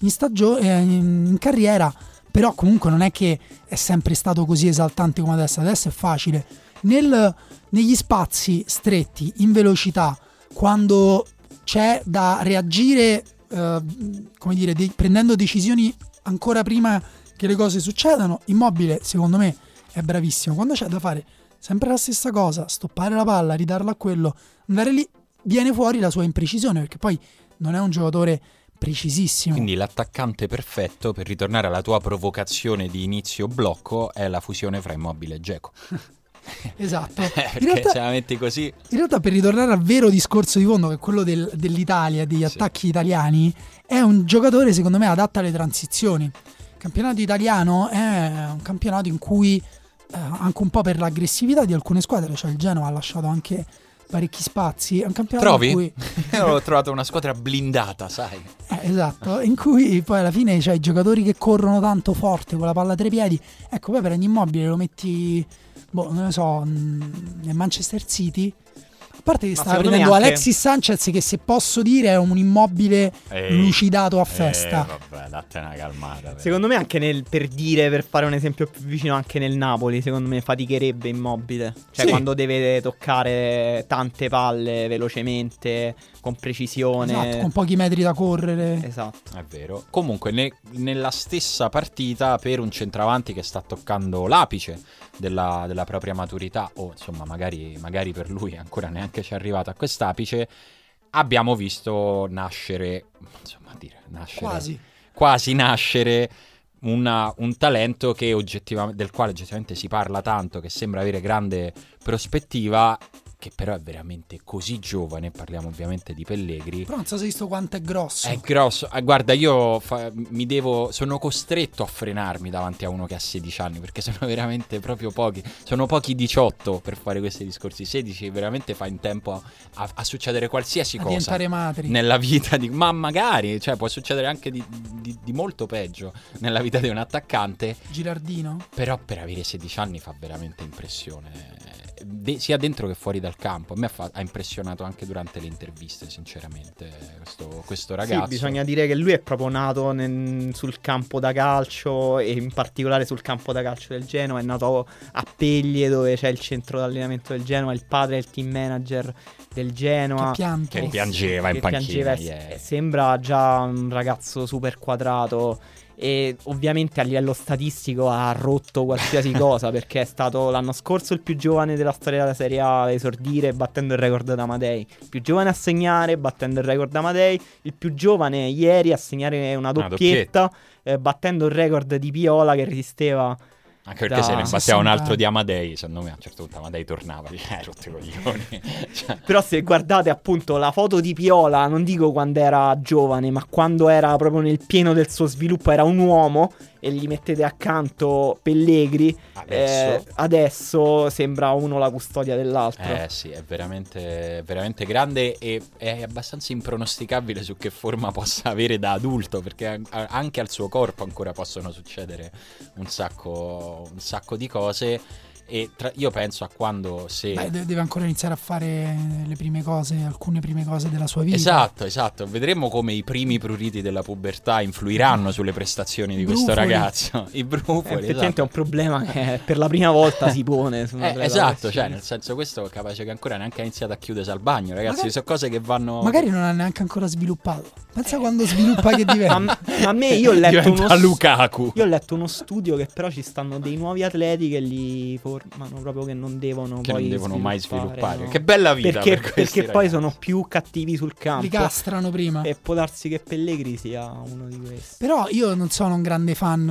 in carriera, però comunque non è che è sempre stato così esaltante come adesso è facile negli spazi stretti, in velocità, quando c'è da reagire come dire, prendendo decisioni ancora prima che le cose succedano. Immobile secondo me è bravissimo quando c'è da fare sempre la stessa cosa, stoppare la palla, ridarla a quello, andare lì, viene fuori la sua imprecisione, perché poi non è un giocatore precisissimo. Quindi l'attaccante perfetto, per ritornare alla tua provocazione di inizio blocco, è la fusione fra Immobile e Dzeko. Esatto. In realtà, se la metti così. In realtà, per ritornare al vero discorso di fondo, che è quello dell'Italia, degli attacchi italiani, è un giocatore secondo me adatto alle transizioni. Il campionato italiano è un campionato in cui anche un po' per l'aggressività di alcune squadre, cioè il Genoa ha lasciato anche parecchi spazi. È un campionato trovi? In cui Io ho trovato una squadra blindata, sai. Esatto, in cui poi alla fine c'hai i giocatori che corrono tanto forte con la palla a tre piedi. Ecco, poi prendi Immobile, lo metti non ne so, nel Manchester City, parte che stava prendendo anche Alexis Sanchez, che se posso dire è un immobile lucidato a festa. Vabbè, date una calmata. Secondo me anche per fare un esempio più vicino, anche nel Napoli, secondo me faticherebbe Immobile. Cioè quando deve toccare tante palle velocemente, con precisione. Esatto, con pochi metri da correre. Esatto. È vero. Comunque nella stessa partita, per un centravanti che sta toccando l'apice della propria maturità, o insomma magari per lui ancora neanche ci è arrivato a quest'apice, abbiamo visto nascere quasi nascere un talento che del quale oggettivamente si parla tanto, che sembra avere grande prospettiva, che però è veramente così giovane. Parliamo ovviamente di Pellegrini. Però non so se hai visto quanto è grosso. È grosso. Guarda, io sono costretto a frenarmi davanti a uno che ha 16 anni, perché sono veramente proprio pochi. Sono pochi 18 per fare questi discorsi. 16 veramente fa in tempo a succedere qualsiasi cosa. Diventare madri. Nella vita ma magari, cioè può succedere anche di molto peggio nella vita di un attaccante. Girardino. Però per avere 16 anni fa veramente impressione. Sia dentro che fuori dal campo. A me ha impressionato anche durante le interviste, sinceramente, questo ragazzo. Sì, bisogna dire che lui è proprio nato sul campo da calcio, e in particolare sul campo da calcio del Genoa. È nato a Peglie, dove c'è il centro d'allenamento del Genoa. Il padre è il team manager del Genoa, che piangeva in panchina. Sembra già un ragazzo super quadrato. E ovviamente a livello statistico ha rotto qualsiasi cosa, perché è stato l'anno scorso il più giovane della storia della Serie A a esordire, battendo il record d'Amadei, il più giovane a segnare, battendo il record d'Amadei, il più giovane ieri a segnare una doppietta. Battendo il record di Piola, che resisteva. Anche perché se ne batteva un altro di Amadei, secondo me a un certo punto Amadei tornava, rotti i coglioni. Cioè. Però se guardate appunto la foto di Piola, non dico quando era giovane, ma quando era proprio nel pieno del suo sviluppo, era un uomo, e gli mettete accanto Pellegrini, adesso sembra uno la custodia dell'altro. Sì, è veramente, veramente grande, e è abbastanza impronosticabile su che forma possa avere da adulto, perché anche al suo corpo ancora possono succedere un sacco di cose. E io penso a quando deve ancora iniziare a fare alcune prime cose della sua vita. Esatto. Vedremo come i primi pruriti della pubertà influiranno sulle prestazioni di questo ragazzo. I brufoli, effettivamente è un problema che per la prima volta si pone su una esatto, cioè nel senso, questo è capace che ancora neanche ha iniziato a chiudersi al bagno, ragazzi. Sono cose che vanno, magari non ha neanche ancora sviluppato. Pensa quando sviluppa che diventa. A me, io ho letto Lukaku. Io ho letto uno studio che però ci stanno dei nuovi atleti che li formano proprio, che non devono mai sviluppare. No? Che bella vita, perché poi sono più cattivi sul campo. Li castrano prima. E può darsi che Pellegrini sia uno di questi. Però io non sono un grande fan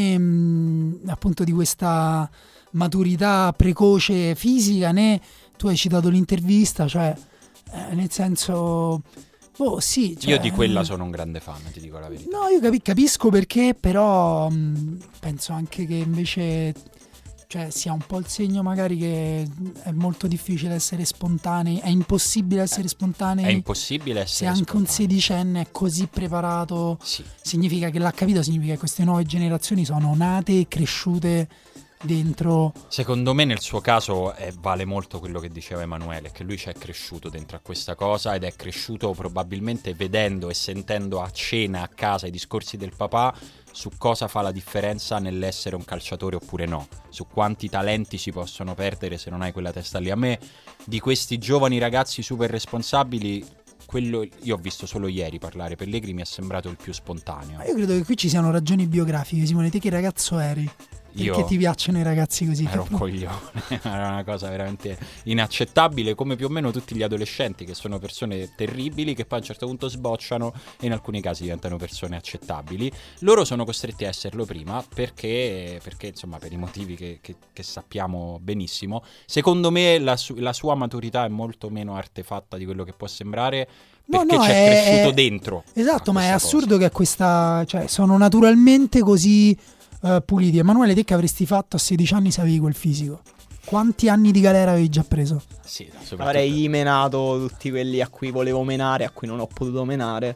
né appunto di questa maturità precoce fisica, né tu hai citato l'intervista, cioè nel senso. Sì, cioè, io di quella sono un grande fan, ti dico la verità. No, io capisco perché, però penso anche che invece sia un po' il segno magari che è molto difficile essere spontanei, è impossibile essere spontanei. È impossibile essere se anche spontanei. Un sedicenne è così preparato, significa che l'ha capito, significa che queste nuove generazioni sono nate e cresciute dentro. Secondo me nel suo caso vale molto quello che diceva Emanuele, che lui ci è cresciuto dentro a questa cosa, ed è cresciuto probabilmente vedendo e sentendo a cena a casa i discorsi del papà su cosa fa la differenza nell'essere un calciatore oppure no, su quanti talenti si possono perdere se non hai quella testa lì. A me di questi giovani ragazzi super responsabili, quello io ho visto solo ieri parlare, Pellegrini mi è sembrato il più spontaneo. Ma io credo che qui ci siano ragioni biografiche. Simone, te che ragazzo eri? Perché ti piacciono i ragazzi così? Ero un coglione, era una cosa veramente inaccettabile, come più o meno tutti gli adolescenti, che sono persone terribili, che poi a un certo punto sbocciano e in alcuni casi diventano persone accettabili. Loro sono costretti a esserlo prima perché insomma, per i motivi che sappiamo benissimo. Secondo me la sua maturità è molto meno artefatta di quello che può sembrare, perché c'è cresciuto dentro. Esatto, ma è assurdo che sono naturalmente così puliti. Emanuele, te che avresti fatto a 16 anni se avevi quel fisico? Quanti anni di galera avevi già preso? Avrei menato tutti quelli a cui volevo menare, a cui non ho potuto menare.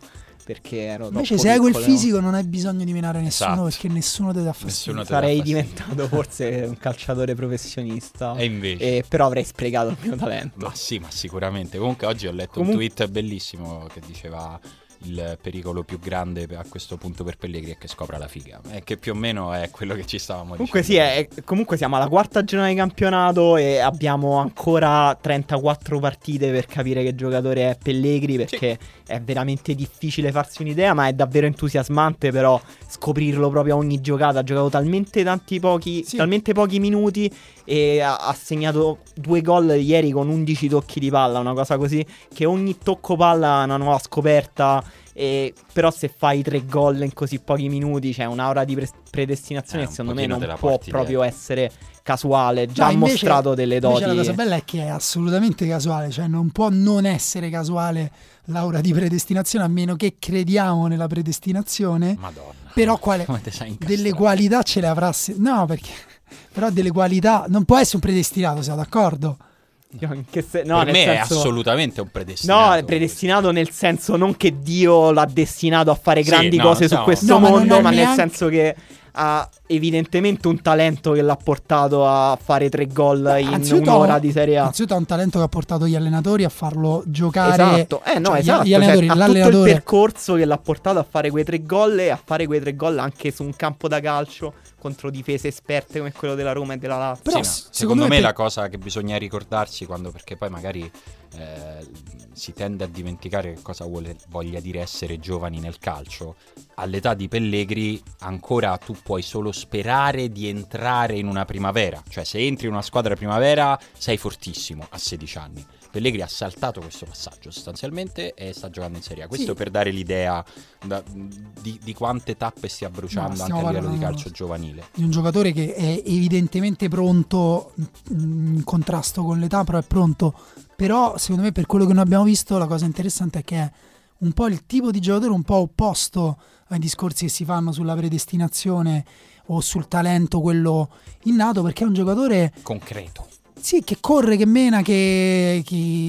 perché ero invece troppo se hai quel piccolo, fisico non hai bisogno di menare nessuno, esatto, perché nessuno ti dà fastidio. Nessuno te sarei dà fastidio. diventato forse un calciatore professionista E invece però avrei sprecato il mio talento. ma sì, ma sicuramente. Comunque oggi ho letto un tweet bellissimo che diceva: il pericolo più grande a questo punto per Pellegrini è che scopra la figa. Che più o meno è quello che ci stavamo Comunque dicendo. sì, comunque siamo alla quarta giornata di campionato e abbiamo ancora 34 partite per capire che giocatore è Pellegrini, perché è veramente difficile farsi un'idea, ma è davvero entusiasmante però scoprirlo proprio a ogni giocata. Ha giocato talmente talmente pochi minuti e ha segnato 2 gol ieri con 11 tocchi di palla, una cosa così, che ogni tocco palla è una nuova scoperta. Però se fai 3 gol in così pochi minuti c'è un'aura di predestinazione che secondo me non può proprio essere casuale. Già ha mostrato delle doti. La cosa bella è che è assolutamente casuale, cioè non può non essere casuale l'aura di predestinazione, a meno che crediamo nella predestinazione. Madonna. Però delle qualità ce le avrà. No, perché però delle qualità non può essere un predestinato, siamo d'accordo? Per me è assolutamente un predestinato. No, è predestinato nel senso non che Dio l'ha destinato a fare grandi cose su questo mondo, ma nel senso che ha evidentemente un talento che l'ha portato a fare 3 gol in un'ora di Serie A. Innanzitutto ha un talento che ha portato gli allenatori a farlo giocare. Esatto, esatto. Gli allenatori, ha tutto il percorso che l'ha portato a fare quei 3 gol e a fare quei 3 gol anche su un campo da calcio contro difese esperte come quello della Roma e della Lazio. Però secondo me la cosa che bisogna ricordarsi perché poi magari si tende a dimenticare che cosa voglia dire essere giovani nel calcio. All'età di Pellegrini ancora tu puoi solo sperare di entrare in una primavera, cioè se entri in una squadra primavera sei fortissimo a 16 anni. Pellegrini ha saltato questo passaggio sostanzialmente e sta giocando in Serie A. Questo per dare l'idea di quante tappe stia bruciando anche a livello di calcio giovanile. Di un giocatore che è evidentemente pronto, in contrasto con l'età, però è pronto. Però secondo me, per quello che noi abbiamo visto, la cosa interessante è che è un po' il tipo di giocatore un po' opposto ai discorsi che si fanno sulla predestinazione o sul talento, quello innato, perché è un giocatore concreto. Sì, che corre, che mena, che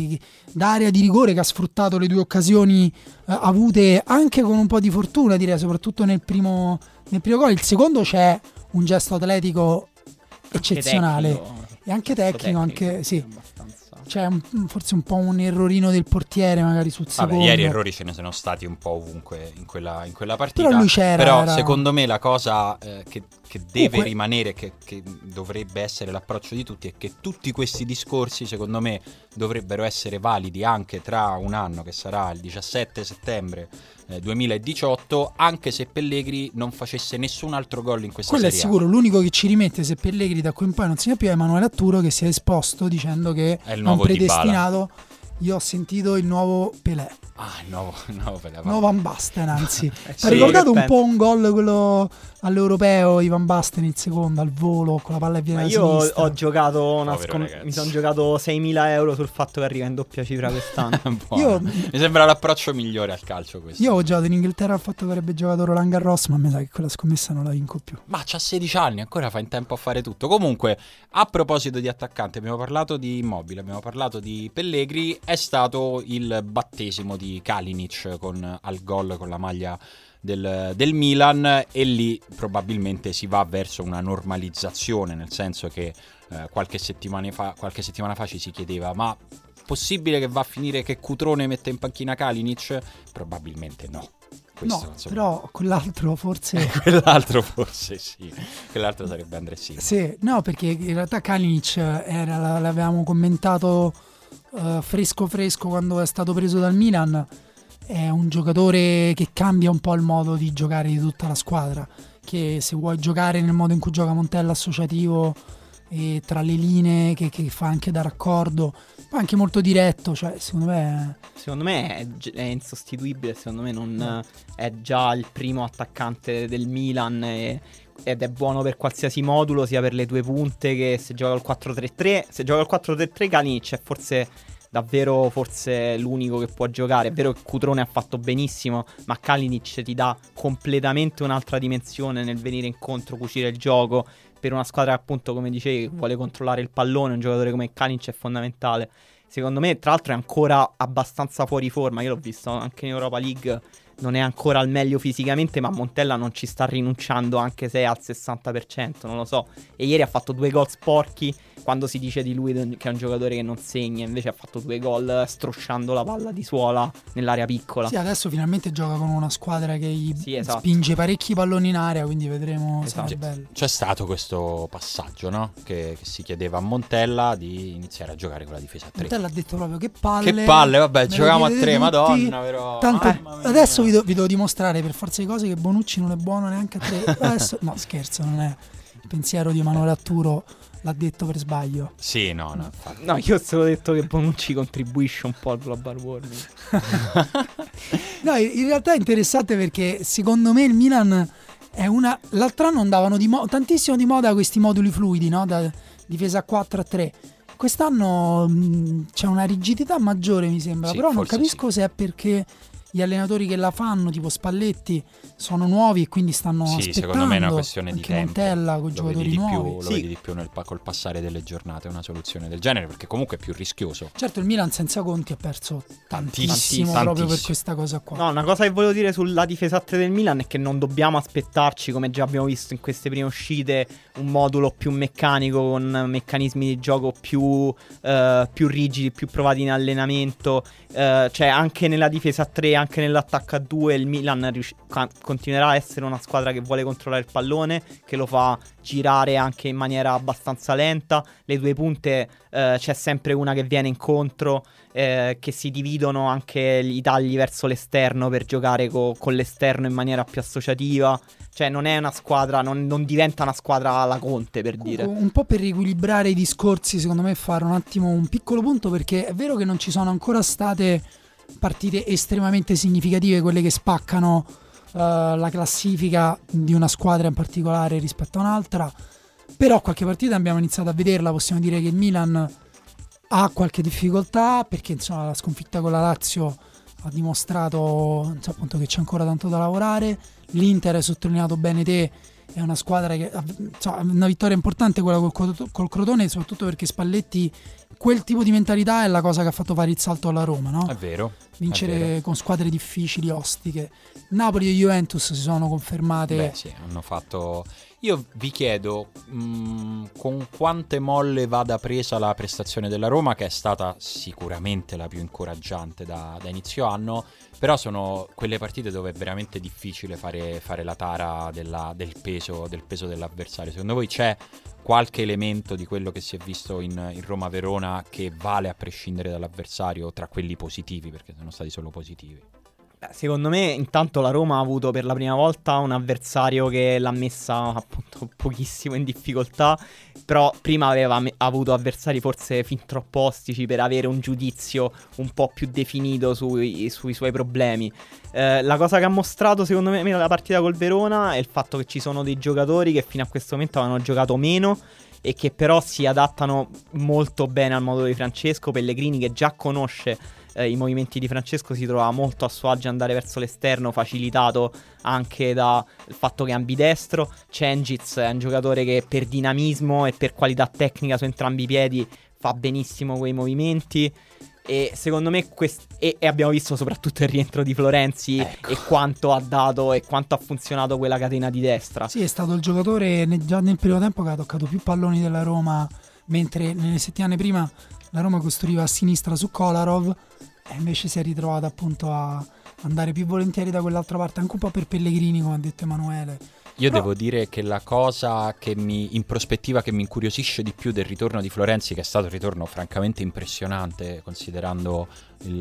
da area di rigore, che ha sfruttato le 2 occasioni avute anche con un po' di fortuna, direi, soprattutto nel primo gol. Il secondo c'è un gesto atletico eccezionale e anche tecnico, anche sì. C'è forse un po' un errorino del portiere magari sul secondo. Ieri errori ce ne sono stati un po' ovunque in quella partita. Però lui c'era. Però secondo me la cosa che deve rimanere, che dovrebbe essere l'approccio di tutti, è che tutti questi discorsi secondo me dovrebbero essere validi anche tra un anno, che sarà il 17 settembre 2018, anche se Pellegrini non facesse nessun altro gol in questa Serie A. Quello è sicuro. L'unico che ci rimette se Pellegrini da qui in poi non segna più è Emanuele Atturo, che si è esposto dicendo che è il nuovo predestinato. Io ho sentito il nuovo Pelé. Il nuovo Pelé. Nuovo Van Basten, anzi. Ha ricordato un po' un gol quello all'Europeo, Van Basten il secondo al volo con la palla e viene da sinistra. Io ho giocato mi sono giocato 6.000 euro sul fatto che arriva in doppia cifra quest'anno. Mi sembra l'approccio migliore al calcio questo. Io ho giocato in Inghilterra al fatto che avrebbe giocato Roland Garros, ma mi sa che quella scommessa non la vinco più. Ma c'ha 16 anni, ancora fa in tempo a fare tutto. Comunque, a proposito di attaccante, abbiamo parlato di Immobile, abbiamo parlato di Pellegrini. È stato il battesimo di Kalinic al gol con la maglia del Milan, e lì probabilmente si va verso una normalizzazione, nel senso che qualche settimana fa ci si chiedeva: ma possibile che va a finire che Cutrone mette in panchina Kalinic? Probabilmente no. Questo, però quell'altro forse sì, quell'altro sarebbe André Silva. Sì, no, perché in realtà Kalinic l'avevamo commentato fresco quando è stato preso dal Milan. È un giocatore che cambia un po' il modo di giocare di tutta la squadra, che se vuoi giocare nel modo in cui gioca Montella, associativo e tra le linee, che fa anche da raccordo, ma anche molto diretto, cioè secondo me è insostituibile, secondo me non è già il primo attaccante del Milan ed è buono per qualsiasi modulo, sia per le 2 punte che se gioca al 4-3-3. Se gioca al 4-3-3 Kalinic è forse l'unico che può giocare. È vero che Cutrone ha fatto benissimo, ma Kalinic ti dà completamente un'altra dimensione nel venire incontro, cucire il gioco per una squadra che, appunto, come dicevi, vuole controllare il pallone. Un giocatore come Kalinic è fondamentale. Secondo me, tra l'altro, è ancora abbastanza fuori forma. Io l'ho visto anche in Europa League, non è ancora al meglio fisicamente, ma Montella non ci sta rinunciando anche se è al 60%, non lo so. E ieri ha fatto 2 gol sporchi, quando si dice di lui che è un giocatore che non segna, invece ha fatto 2 gol strusciando la palla di suola nell'area piccola. Sì, adesso finalmente gioca con una squadra che gli esatto, spinge parecchi palloni in area, quindi vedremo, esatto, sarà bello. C'è stato questo passaggio, no? Che si chiedeva a Montella di iniziare a giocare con la difesa a 3. Montella ha detto proprio che palle. Che palle, vabbè, giocavamo a 3, madonna, però. Tanto adesso vi devo dimostrare per forza di cose che Bonucci non è buono neanche a 3. Adesso, no, scherzo, non è il pensiero di Emanuele Atturo. L'ha detto per sbaglio. Sì, no. No, io ho solo detto che Bonucci contribuisce un po' al global warming. No, in realtà è interessante perché secondo me il Milan è l'altro anno andavano tantissimo di moda questi moduli fluidi, no? Da difesa a 4 a 3. Quest'anno c'è una rigidità maggiore, mi sembra. Sì, però non capisco se è perché gli allenatori che la fanno, tipo Spalletti, sono nuovi e quindi stanno aspettando. Secondo me è una questione di tempo. Montella con giocatori nuovi. Lo vedi di più col passare delle giornate, una soluzione del genere, perché comunque è più rischioso. Certo, il Milan senza Conti ha perso tantissimo proprio per questa cosa qua. No, una cosa che volevo dire sulla difesa a 3 del Milan è che non dobbiamo aspettarci, come già abbiamo visto in queste prime uscite, un modulo più meccanico con meccanismi di gioco più rigidi, più provati in allenamento. Cioè anche nella difesa a 3, anche nell'attacco a 2 il Milan continuerà a essere una squadra che vuole controllare il pallone, che lo fa girare anche in maniera abbastanza lenta. Le 2 punte c'è sempre una che viene incontro, che si dividono anche i tagli verso l'esterno per giocare con l'esterno in maniera più associativa. Cioè non è una squadra, non diventa una squadra alla Conte, per dire. Un po' per riequilibrare i discorsi, secondo me fare un attimo un piccolo punto, perché è vero che non ci sono ancora state partite estremamente significative, quelle che spaccano la classifica di una squadra in particolare rispetto a un'altra, però qualche partita abbiamo iniziato a vederla. Possiamo dire che il Milan ha qualche difficoltà, perché insomma la sconfitta con la Lazio ha dimostrato appunto che c'è ancora tanto da lavorare. L'Inter, hai sottolineato bene te, è una squadra che una vittoria importante quella col Crotone, soprattutto perché Spalletti, quel tipo di mentalità è la cosa che ha fatto fare il salto alla Roma, no? È vero. Vincere con squadre difficili, ostiche. Napoli e Juventus si sono confermate. Beh sì, hanno fatto. Io vi chiedo con quante molle vada presa la prestazione della Roma, che è stata sicuramente la più incoraggiante da inizio anno, però sono quelle partite dove è veramente difficile fare la tara del peso dell'avversario. Secondo voi c'è qualche elemento di quello che si è visto in Roma-Verona che vale a prescindere dall'avversario, tra quelli positivi, perché sono stati solo positivi? Secondo me intanto la Roma ha avuto per la prima volta un avversario che l'ha messa appunto pochissimo in difficoltà, però prima aveva avuto avversari forse fin troppo ostici per avere un giudizio un po' più definito sui suoi problemi. La cosa che ha mostrato secondo me la partita col Verona è il fatto che ci sono dei giocatori che fino a questo momento avevano giocato meno e che però si adattano molto bene al modo di Francesco. Pellegrini, che già conosce i movimenti di Francesco, si trova molto a suo agio andare verso l'esterno, facilitato anche dal fatto che è ambidestro. Cengiz è un giocatore che per dinamismo e per qualità tecnica su entrambi i piedi fa benissimo quei movimenti. E secondo me e abbiamo visto soprattutto il rientro di Florenzi, ecco, e quanto ha dato e quanto ha funzionato quella catena di destra. Sì, è stato il giocatore già nel primo tempo che ha toccato più palloni della Roma, mentre nelle settimane prima la Roma costruiva a sinistra su Kolarov, e invece si è ritrovata appunto a andare più volentieri da quell'altra parte, anche un po' per Pellegrini, come ha detto Emanuele. Io devo dire che la cosa che in prospettiva che mi incuriosisce di più del ritorno di Florenzi, che è stato un ritorno francamente impressionante considerando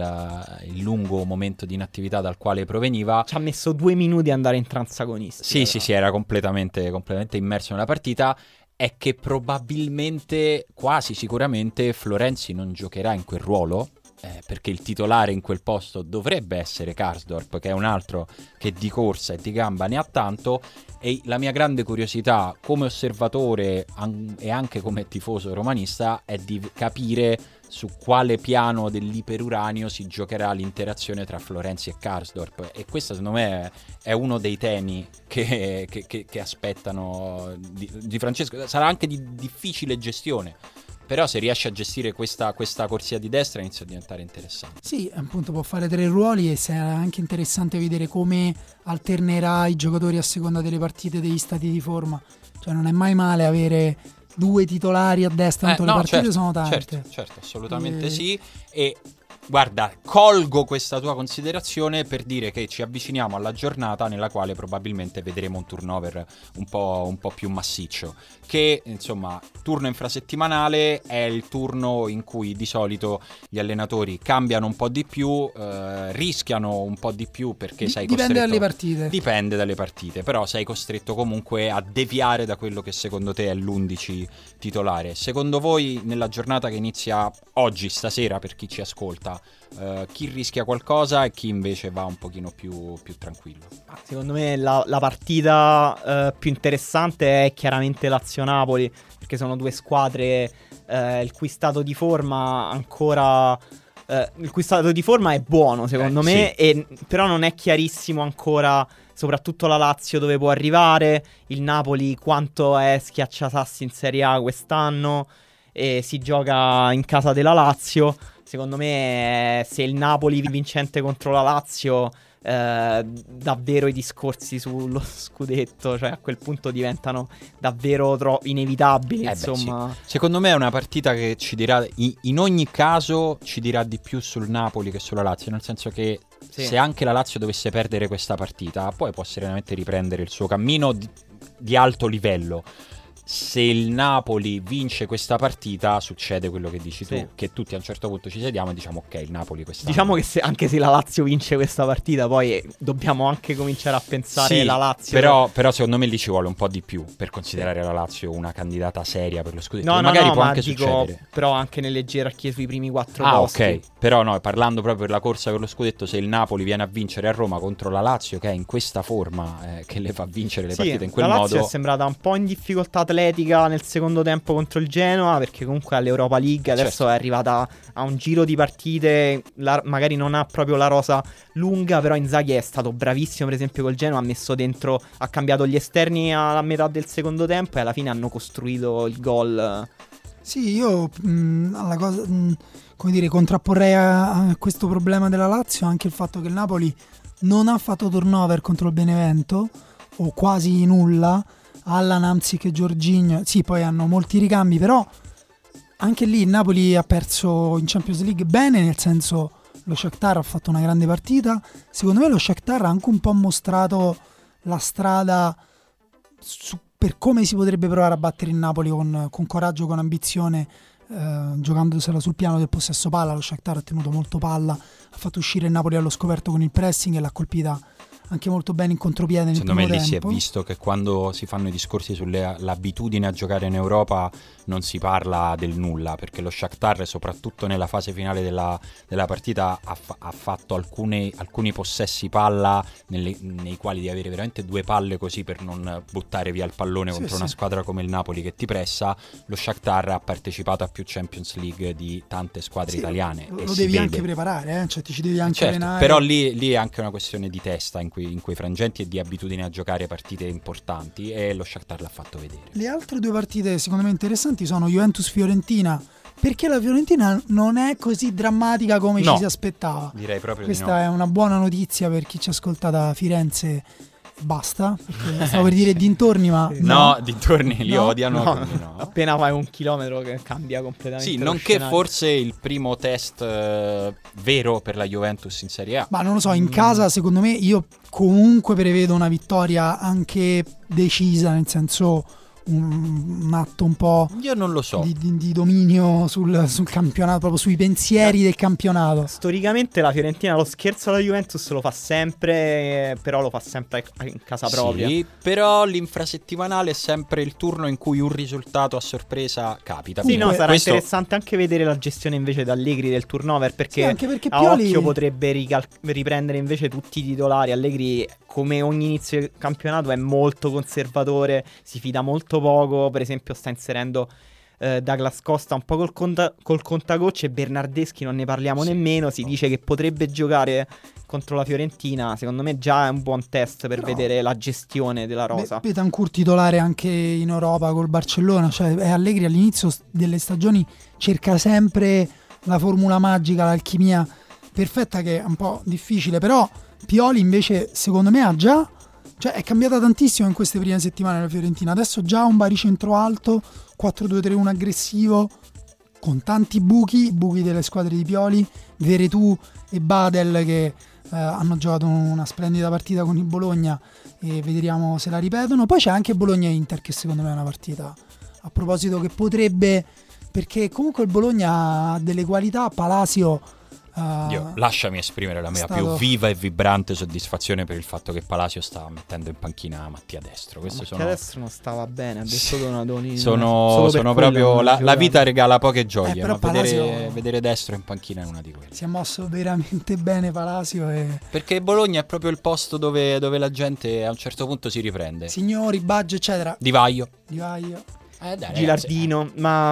il lungo momento di inattività dal quale proveniva, ci ha messo 2 minuti ad andare in transagonista. Sì, era completamente immerso nella partita. È che probabilmente, quasi sicuramente, Florenzi non giocherà in quel ruolo, perché il titolare in quel posto dovrebbe essere Karsdorp, che è un altro che di corsa e di gamba ne ha tanto. E la mia grande curiosità come osservatore e anche come tifoso romanista è di capire su quale piano dell'iperuranio si giocherà l'interazione tra Florenzi e Karsdorp, e questo secondo me è uno dei temi che aspettano di Francesco. Sarà anche di difficile gestione, Però se riesce a gestire questa corsia di destra inizia a diventare interessante. Sì, appunto può fare 3 ruoli e sarà anche interessante vedere come alternerà i giocatori a seconda delle partite, degli stati di forma. Cioè non è mai male avere 2 titolari a destra, tanto le partite sono tante. Certo, assolutamente sì. E guarda, colgo questa tua considerazione per dire che ci avviciniamo alla giornata nella quale probabilmente vedremo un turnover un po' più massiccio. Che, insomma, turno infrasettimanale è il turno in cui di solito gli allenatori cambiano un po' di più, rischiano un po' di più perché sei costretto... Dipende dalle partite. Dipende dalle partite, però sei costretto comunque a deviare da quello che secondo te è l'11 titolare. Secondo voi, nella giornata che inizia oggi, stasera, per chi ci ascolta, chi rischia qualcosa e chi invece va un pochino più tranquillo? Secondo me la partita più interessante è chiaramente Lazio-Napoli, perché sono 2 squadre il cui stato di forma ancora... il cui stato di forma è buono secondo me, sì. Però non è chiarissimo ancora, soprattutto la Lazio dove può arrivare, il Napoli quanto è schiacciasassi in Serie A quest'anno, e si gioca in casa della Lazio. Secondo me se il Napoli vincente contro la Lazio, davvero i discorsi sullo scudetto, cioè a quel punto diventano davvero inevitabili, insomma. Sì. Secondo me è una partita che ci dirà, in ogni caso ci dirà di più sul Napoli che sulla Lazio, nel senso che se anche la Lazio dovesse perdere questa partita poi può serenamente riprendere il suo cammino di alto livello. Se il Napoli vince questa partita succede quello che dici tu, che tutti a un certo punto ci sediamo e diciamo ok, il Napoli quest'anno. Diciamo che anche se la Lazio vince questa partita poi dobbiamo anche cominciare a pensare la Lazio. Però secondo me lì ci vuole un po' di più per considerare la Lazio una candidata seria per lo scudetto. No, magari può ma anche succedere. Però anche nelle gerarchie sui primi 4 posti. Ok, però no, parlando proprio per la corsa per lo scudetto, se il Napoli viene a vincere a Roma contro la Lazio che è in questa forma, che le fa vincere le partite in quel modo. La Lazio è sembrata un po' in difficoltà atletica nel secondo tempo contro il Genoa, perché comunque all'Europa League adesso è arrivata a un giro di partite, magari non ha proprio la rosa lunga, però Inzaghi è stato bravissimo per esempio col Genoa, ha messo dentro, ha cambiato gli esterni alla metà del secondo tempo e alla fine hanno costruito il gol. Sì, io alla cosa, come dire, contrapporrei a questo problema della Lazio anche il fatto che il Napoli non ha fatto turnover contro il Benevento, o quasi nulla. Allan, Hamsik e Jorginho, sì, poi hanno molti ricambi, però anche lì il Napoli ha perso in Champions League bene, nel senso lo Shakhtar ha fatto una grande partita. Secondo me lo Shakhtar ha anche un po' mostrato la strada per come si potrebbe provare a battere il Napoli con coraggio, con ambizione, giocandosela sul piano del possesso palla. Lo Shakhtar ha tenuto molto palla, ha fatto uscire il Napoli allo scoperto con il pressing e l'ha colpita anche molto bene in contropiede nel primo tempo. Secondo me lì si è visto che quando si fanno i discorsi sull'abitudine a giocare in Europa non si parla del nulla, perché lo Shakhtar soprattutto nella fase finale della partita ha fatto alcuni possessi palla nei quali di avere veramente 2 palle così per non buttare via il pallone contro una squadra come il Napoli che ti pressa. Lo Shakhtar ha partecipato a più Champions League di tante squadre italiane. Lo devi anche preparare, cioè ti ci devi anche allenare. Però lì è anche una questione di testa in quei frangenti e di abitudine a giocare partite importanti, e lo Shakhtar l'ha fatto vedere. Le altre 2 partite secondo me interessanti sono Juventus-Fiorentina, perché la Fiorentina non è così drammatica come ci si aspettava. Direi proprio questa di no. È una buona notizia per chi ci ascolta da Firenze. Basta, perché stavo per dire dintorni, ma no, dintorni li odiano. No. Appena fai 1 chilometro che cambia completamente. Sì, nonché forse il primo test vero per la Juventus in Serie A. Ma non lo so, in casa secondo me io comunque prevedo una vittoria anche decisa, nel senso un atto un po', io non lo so, di dominio sul campionato, proprio sui pensieri del campionato. Storicamente la Fiorentina lo scherzo alla Juventus lo fa sempre, però lo fa sempre in casa propria. Sì, però l'infrasettimanale è sempre il turno in cui un risultato a sorpresa capita. Sì, no, sarà interessante anche vedere la gestione invece da Allegri del turnover, perché, sì, anche perché a occhio potrebbe riprendere invece tutti i titolari. Allegri, come ogni inizio del campionato, è molto conservatore, si fida molto poco. Per esempio sta inserendo Douglas Costa un po' col contagocce, e Bernardeschi non ne parliamo nemmeno. Si dice che potrebbe giocare contro la Fiorentina. Secondo me già è un buon test per vedere la gestione della rosa. Bentancur titolare anche in Europa col Barcellona, cioè Allegri all'inizio delle stagioni cerca sempre la formula magica, l'alchimia perfetta, che è un po' difficile, però Pioli invece secondo me cioè è cambiata tantissimo in queste prime settimane la Fiorentina. Adesso già un baricentro alto, 4-2-3-1 aggressivo, con tanti buchi delle squadre di Pioli, Veretù e Badel che hanno giocato una splendida partita con il Bologna e vedremo se la ripetono. Poi c'è anche Bologna-Inter, che secondo me è una partita, a proposito, che potrebbe, perché comunque il Bologna ha delle qualità. Palacio lasciami esprimere la mia più viva e vibrante soddisfazione per il fatto che Palacio sta mettendo in panchina Mattia Destro. Mattia Destro non stava bene, ha detto Donadoni. Sono proprio la vita regala poche gioie, ma Palacio, vedere Destro in panchina è una di quelle. Si è mosso veramente bene Palacio perché Bologna è proprio il posto dove la gente a un certo punto si riprende. Signori, Baggio eccetera. Di Vaio. Dai, Gilardino, ma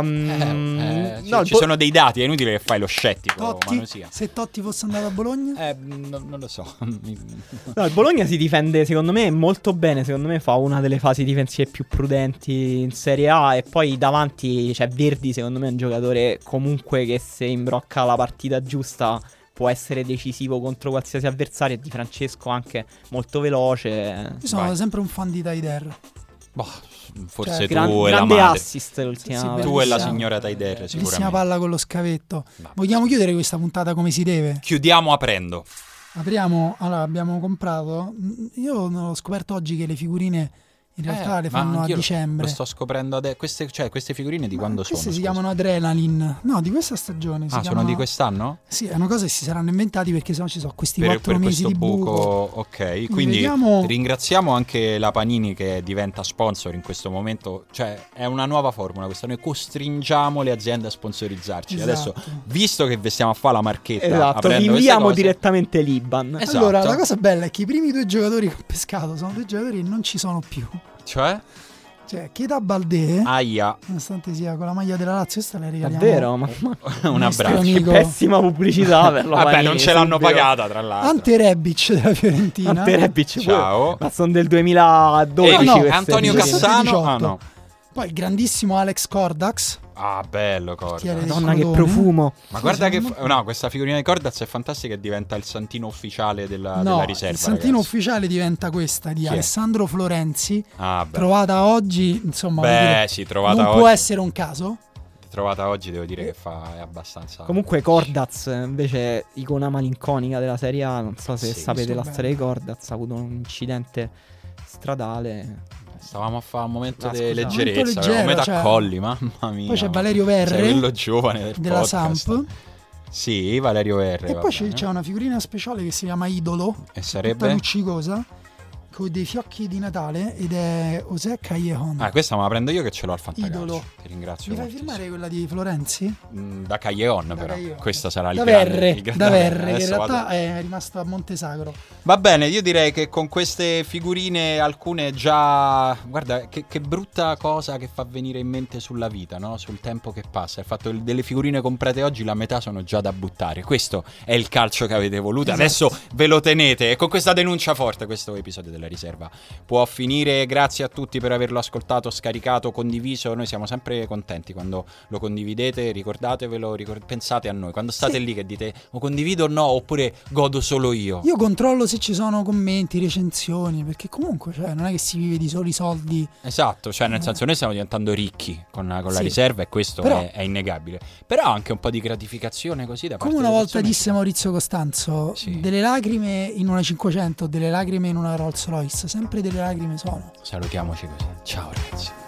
ci sono dei dati, è inutile che fai lo scettico. Totti, se Totti fosse andato a Bologna? Non lo so. No, il Bologna si difende secondo me molto bene. Secondo me fa una delle fasi difensive più prudenti in Serie A. E poi davanti c'è Verdi, secondo me è un giocatore comunque che se imbrocca la partita giusta può essere decisivo contro qualsiasi avversario. E Di Francesco anche molto veloce. Io sono sempre un fan di Taider. Forse tu e la grande madre. Assist l'ultima. Tu e la signora Taider, sicuramente. Bellissima palla con lo scavetto. Vogliamo chiudere questa puntata come si deve? Chiudiamo aprendo. Apriamo. Allora, abbiamo comprato. Io ho scoperto oggi che le figurine in realtà le fanno a dicembre. Lo sto scoprendo adesso. Queste figurine di quando sono? Queste si chiamano Adrenaline. No, di questa stagione. Sono di quest'anno? Sì, è una cosa che si saranno inventati, perché sennò ci sono questi 4 mesi di buco. Ok, quindi ringraziamo anche la Panini che diventa sponsor in questo momento. Cioè è una nuova formula questa. Noi costringiamo le aziende a sponsorizzarci. Esatto. Adesso, visto che vi stiamo a fare la marchetta, esatto, vi inviamo direttamente l'Iban. Esatto. Allora, la cosa bella è che i primi 2 giocatori che ho pescato sono 2 giocatori che non ci sono più. Cioè Keita Baldé, aia, nonostante sia con la maglia della Lazio, questa la regaliamo. Davvero? Un abbraccio. Che pessima pubblicità per lo Vabbè, non ce l'hanno pagata, tra l'altro. Ante Rebic della Fiorentina. Ante Rebic, ciao. Ma sono del 2012. Antonio Cassano. No. Poi il grandissimo Alex Cordax. Bello Cordax. Madonna, che profumo. Ma guarda che questa figurina di Cordax è fantastica e diventa il santino ufficiale della riserva. Il santino ufficiale diventa questa di Alessandro Florenzi. Beh. Trovata oggi, insomma, trovata non oggi. può essere un caso. Trovata oggi, devo dire che è abbastanza. Comunque Cordaz invece icona malinconica della Serie A. Non so se sapete la storia di Cordaz. Ha avuto un incidente stradale. Stavamo a fare un momento di leggerezza, avevamo metà colli, mamma mia. Poi c'è Valerio Verre, quello giovane della podcast. Samp. Sì, Valerio Verre. E poi c'è una figurina speciale che si chiama Idolo. E sarebbe? Tutta luccicosa, con dei fiocchi di Natale, ed è José Callejon. Questa me la prendo io che ce l'ho al Fantacalcio. Idolo. Ti ringrazio. Mi fai firmare quella di Florenzi? Da Callejon, però. Callejon. Questa sarà il da grande. Da Verre, che in realtà è rimasto a Montesagro. Va bene, io direi che con queste figurine alcune già... Guarda, che brutta cosa che fa venire in mente sulla vita, no? Sul tempo che passa. Il fatto che delle figurine comprate oggi la metà sono già da buttare. Questo è il calcio che avete voluto. Esatto. Adesso ve lo tenete. E con questa denuncia forte questo episodio della riserva può finire. Grazie a tutti per averlo ascoltato, scaricato, condiviso. Noi siamo sempre contenti quando lo condividete. Ricordatevelo, pensate a noi. Quando state lì che dite o condivido o no, oppure godo solo io. Io controllo se ci sono commenti, recensioni, perché comunque non è che si vive di soli soldi. Esatto, cioè nel senso noi stiamo diventando ricchi con la riserva e questo è innegabile. Però anche un po' di gratificazione così da parte come una volta disse Maurizio Costanzo, delle lacrime in una 500, delle lacrime in una Rolls Royce, sempre delle lacrime sono. Salutiamoci così. Ciao ragazzi.